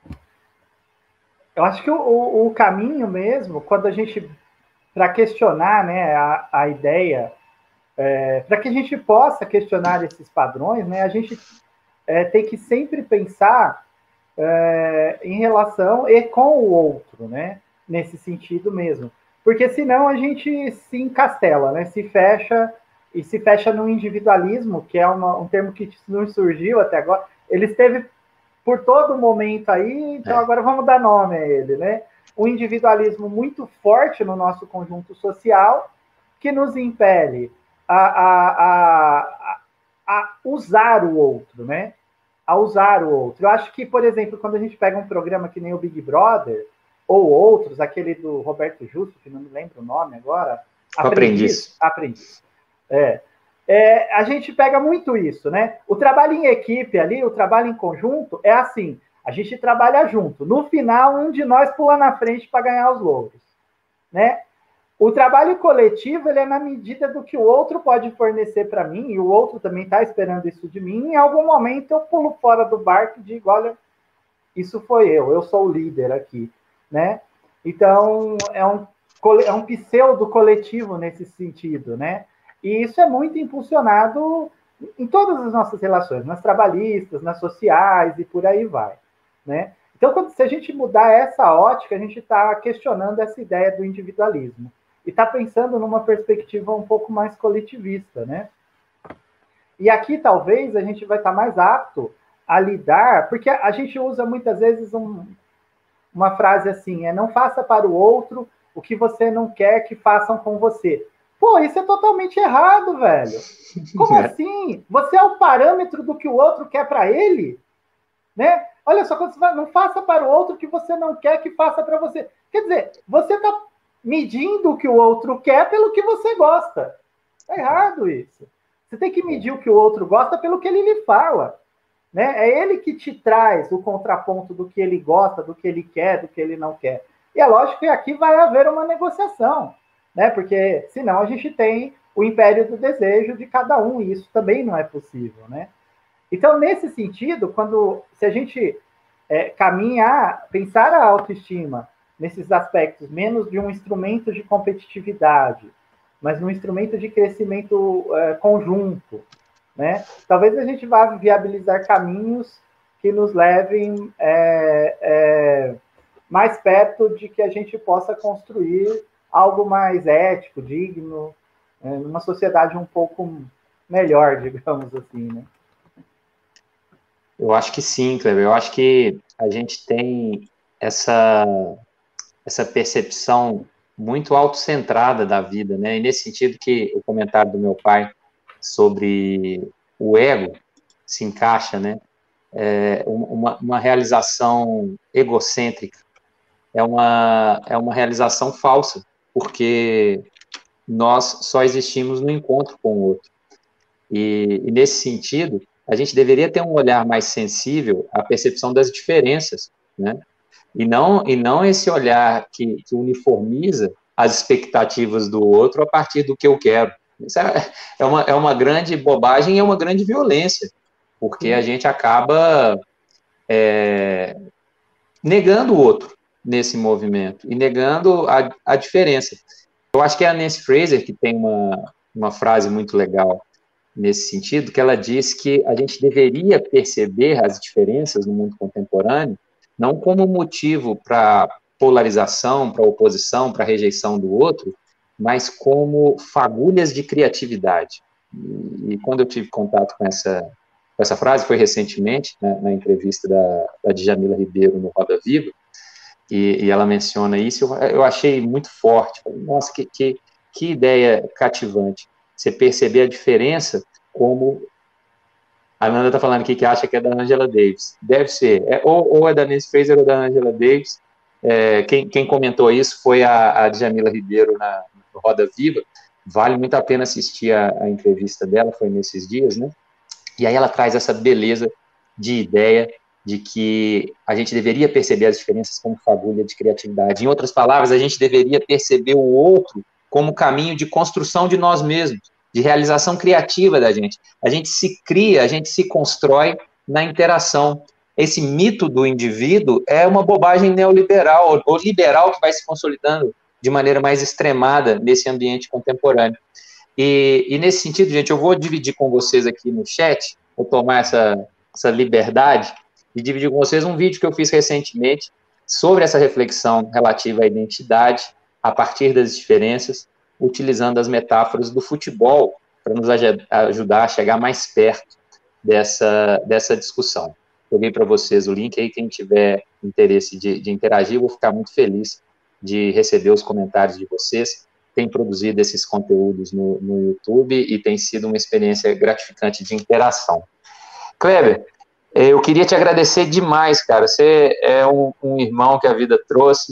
Eu acho que o, o caminho mesmo, quando a gente, para questionar, né, a, a ideia, é, para que a gente possa questionar esses padrões, né, a gente é, tem que sempre pensar é, em relação e com o outro, né, nesse sentido mesmo. Porque senão a gente se encastela, né, se fecha, e se fecha no individualismo, que é uma, um termo que não surgiu até agora. Ele esteve por todo momento aí, então é. Agora vamos dar nome a ele, né? Um individualismo muito forte no nosso conjunto social, que nos impele a, a, a, a usar o outro, né? A usar o outro. Eu acho que, por exemplo, quando a gente pega um programa que nem o Big Brother, ou outros, aquele do Roberto Justo, que não me lembro o nome agora, Aprendiz. Aprendiz. Aprendiz. É. É, a gente pega muito isso, né? O trabalho em equipe ali, o trabalho em conjunto, é assim, a gente trabalha junto. No final, um de nós pula na frente para ganhar os louros, né? O trabalho coletivo, ele é na medida do que o outro pode fornecer para mim, e o outro também está esperando isso de mim, em algum momento eu pulo fora do barco e digo, olha, isso foi eu, eu sou o líder aqui, né? Então, é um, é um pseudo coletivo nesse sentido, né? E isso é muito impulsionado em todas as nossas relações, nas trabalhistas, nas sociais e por aí vai, né? Então, quando, se a gente mudar essa ótica, a gente está questionando essa ideia do individualismo e está pensando numa perspectiva um pouco mais coletivista, né? E aqui, talvez, a gente vai estar tá mais apto a lidar, porque a gente usa muitas vezes um, uma frase assim, é não faça para o outro o que você não quer que façam com você. Pô, isso é totalmente errado, velho. Como assim? Você é o parâmetro do que o outro quer para ele? Né? Olha só, quando você vai, não faça para o outro o que você não quer que faça para você. Quer dizer, você está medindo o que o outro quer pelo que você gosta. É errado isso. Você tem que medir o que o outro gosta pelo que ele lhe fala. Né? É ele que te traz o contraponto do que ele gosta, do que ele quer, do que ele não quer. E é lógico que aqui vai haver uma negociação. Né? Porque senão a gente tem o império do desejo de cada um, e isso também não é possível, né? Então, nesse sentido, quando se a gente é, caminhar, pensar a autoestima nesses aspectos, menos de um instrumento de competitividade, mas num instrumento de crescimento é, conjunto, né? Talvez a gente vá viabilizar caminhos que nos levem é, é, mais perto de que a gente possa construir algo mais ético, digno, é, numa sociedade um pouco melhor, digamos assim, né? Eu acho que sim, Kleber. Eu acho que a gente tem essa, essa percepção muito autocentrada da vida, né? E nesse sentido que o comentário do meu pai sobre o ego se encaixa, né? É uma, uma realização egocêntrica. É uma, é uma realização falsa, porque nós só existimos no encontro com o outro. E, e, nesse sentido, a gente deveria ter um olhar mais sensível à percepção das diferenças, né? E não, e não esse olhar que, que uniformiza as expectativas do outro a partir do que eu quero. Isso é, é, uma, é uma grande bobagem e é uma grande violência, porque a gente acaba é, negando o outro nesse movimento e negando a, a diferença. Eu acho que é a Nancy Fraser que tem uma, uma frase muito legal nesse sentido, que ela diz que a gente deveria perceber as diferenças no mundo contemporâneo não como motivo para polarização, para oposição, para rejeição do outro, mas como fagulhas de criatividade. E, e quando eu tive contato com essa, com essa frase, foi recentemente, né, na entrevista da, da Djamila Ribeiro no Roda Viva, e, e ela menciona isso, eu, eu achei muito forte. Falei, nossa, que, que, Que ideia cativante. Você perceber a diferença, como a Nanda está falando aqui que acha que é da Angela Davis. Deve ser. É, ou, ou é da Nancy Fraser ou da Angela Davis. É, quem, quem comentou isso foi a, a Djamila Ribeiro na, no Roda Viva. Vale muito a pena assistir a, a entrevista dela, foi nesses dias, né? E aí ela traz essa beleza de ideia de que a gente deveria perceber as diferenças como fagulha de criatividade. Em outras palavras, a gente deveria perceber o outro como caminho de construção de nós mesmos, de realização criativa da gente. A gente se cria, a gente se constrói na interação. Esse mito do indivíduo é uma bobagem neoliberal, ou liberal, que vai se consolidando de maneira mais extremada nesse ambiente contemporâneo. E, e nesse sentido, gente, eu vou dividir com vocês aqui no chat, vou tomar essa, essa liberdade de dividir com vocês um vídeo que eu fiz recentemente sobre essa reflexão relativa à identidade a partir das diferenças, utilizando as metáforas do futebol para nos ajudar a chegar mais perto dessa, dessa discussão. Joguei para vocês o link aí, quem tiver interesse de, de interagir, eu vou ficar muito feliz de receber os comentários de vocês. Tem produzido esses conteúdos no, no YouTube e tem sido uma experiência gratificante de interação. Kleber, eu queria te agradecer demais, cara. Você é um, um irmão que a vida trouxe.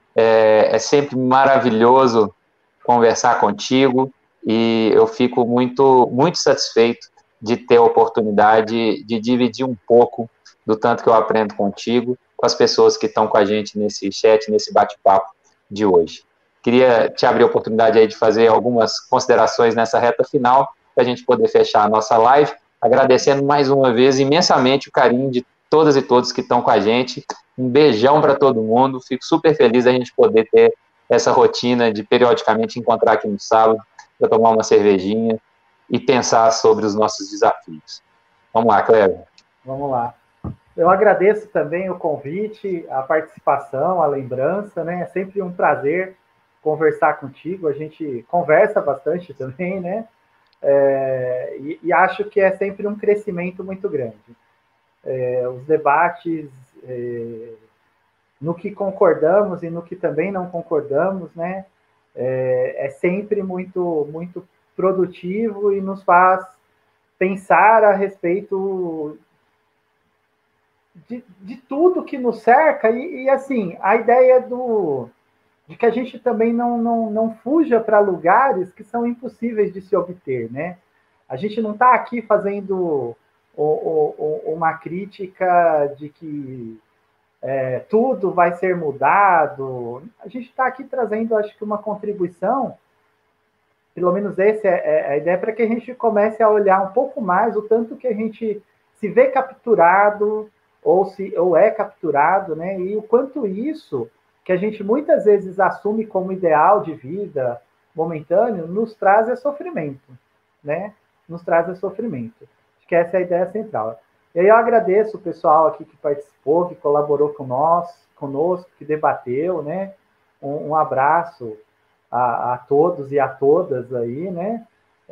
É, é sempre maravilhoso conversar contigo e eu fico muito, muito satisfeito de ter a oportunidade de dividir um pouco do tanto que eu aprendo contigo, com as pessoas que estão com a gente nesse chat, nesse bate-papo de hoje. Queria te abrir a oportunidade aí de fazer algumas considerações nessa reta final, para a gente poder fechar a nossa live, agradecendo mais uma vez imensamente o carinho de todas e todos que estão com a gente. Um beijão para todo mundo, fico super feliz da gente poder ter essa rotina de periodicamente encontrar aqui no sábado, para tomar uma cervejinha e pensar sobre os nossos desafios. Vamos lá, Cléber. Vamos lá. Eu agradeço também o convite, a participação, a lembrança, né? É sempre um prazer conversar contigo, a gente conversa bastante também, né? É, e, e acho que é sempre um crescimento muito grande. É, os debates, é, no que concordamos e no que também não concordamos, né? É, é sempre muito, muito produtivo e nos faz pensar a respeito de, de tudo que nos cerca e, e assim, a ideia do de que a gente também não, não, não fuja para lugares que são impossíveis de se obter, né? A gente não está aqui fazendo o, o, uma crítica de que é, tudo vai ser mudado. A gente está aqui trazendo, acho que, uma contribuição, pelo menos essa é a ideia, para que a gente comece a olhar um pouco mais o tanto que a gente se vê capturado ou, se, ou é capturado, né? E o quanto isso que a gente muitas vezes assume como ideal de vida momentâneo, nos traz é sofrimento, né? Nos traz é sofrimento. Acho que essa é a ideia central. E aí eu agradeço o pessoal aqui que participou, que colaborou com nós, conosco, que debateu, né? Um, um abraço a, a todos e a todas aí, né?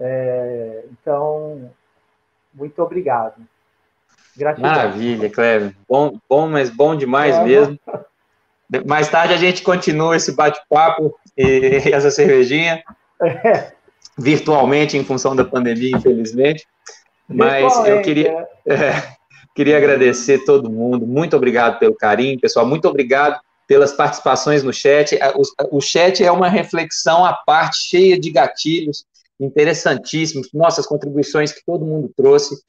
É, então, muito obrigado. Gratidão. Maravilha, Cléber. Bom, bom, mas bom demais é, mesmo. Mais tarde a gente continua esse bate-papo e essa cervejinha, é. virtualmente, em função da pandemia, infelizmente. Mas eu queria, é, queria agradecer todo mundo. Muito obrigado pelo carinho, pessoal. Muito obrigado pelas participações no chat. O, o chat é uma reflexão à parte, cheia de gatilhos interessantíssimos. Nossas contribuições que todo mundo trouxe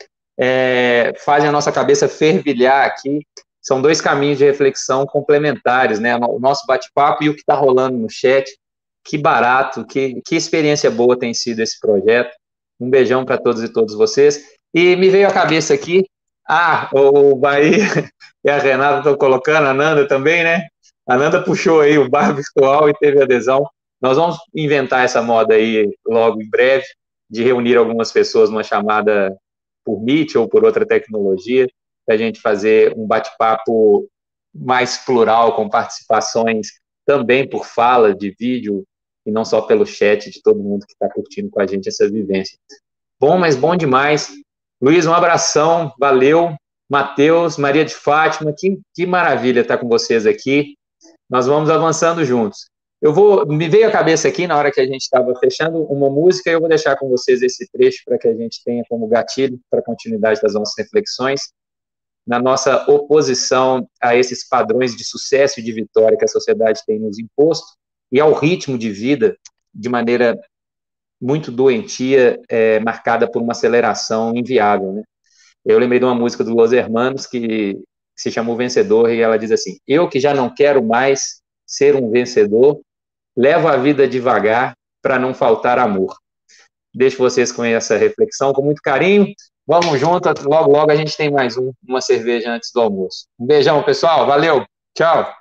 é, fazem a nossa cabeça fervilhar aqui. São dois caminhos de reflexão complementares, né? O nosso bate-papo e o que está rolando no chat. Que barato, que, que experiência boa tem sido esse projeto. Um beijão para todos e todas vocês. E me veio à cabeça aqui, ah, o Bahia e a Renata estão colocando, a Nanda também, né? A Nanda puxou aí o bar virtual e teve adesão. Nós vamos inventar essa moda aí logo em breve, de reunir algumas pessoas numa chamada por Meet ou por outra tecnologia, para a gente fazer um bate-papo mais plural, com participações também por fala de vídeo, e não só pelo chat de todo mundo que está curtindo com a gente essa vivência. Bom, mas bom demais. Luiz, um abração, valeu. Matheus, Maria de Fátima, que, que maravilha estar com vocês aqui. Nós vamos avançando juntos. Eu vou, me veio à cabeça aqui, na hora que a gente estava fechando, uma música, e eu vou deixar com vocês esse trecho para que a gente tenha como gatilho para a continuidade das nossas reflexões, na nossa oposição a esses padrões de sucesso e de vitória que a sociedade tem nos imposto, e ao ritmo de vida, de maneira muito doentia, é, marcada por uma aceleração inviável, né? Eu lembrei de uma música do Los Hermanos que se chama O Vencedor, e ela diz assim: eu que já não quero mais ser um vencedor, levo a vida devagar para não faltar amor. Deixo vocês com essa reflexão, com muito carinho. Vamos junto, logo, logo a gente tem mais um, uma cerveja antes do almoço. Um beijão, pessoal. Valeu. Tchau.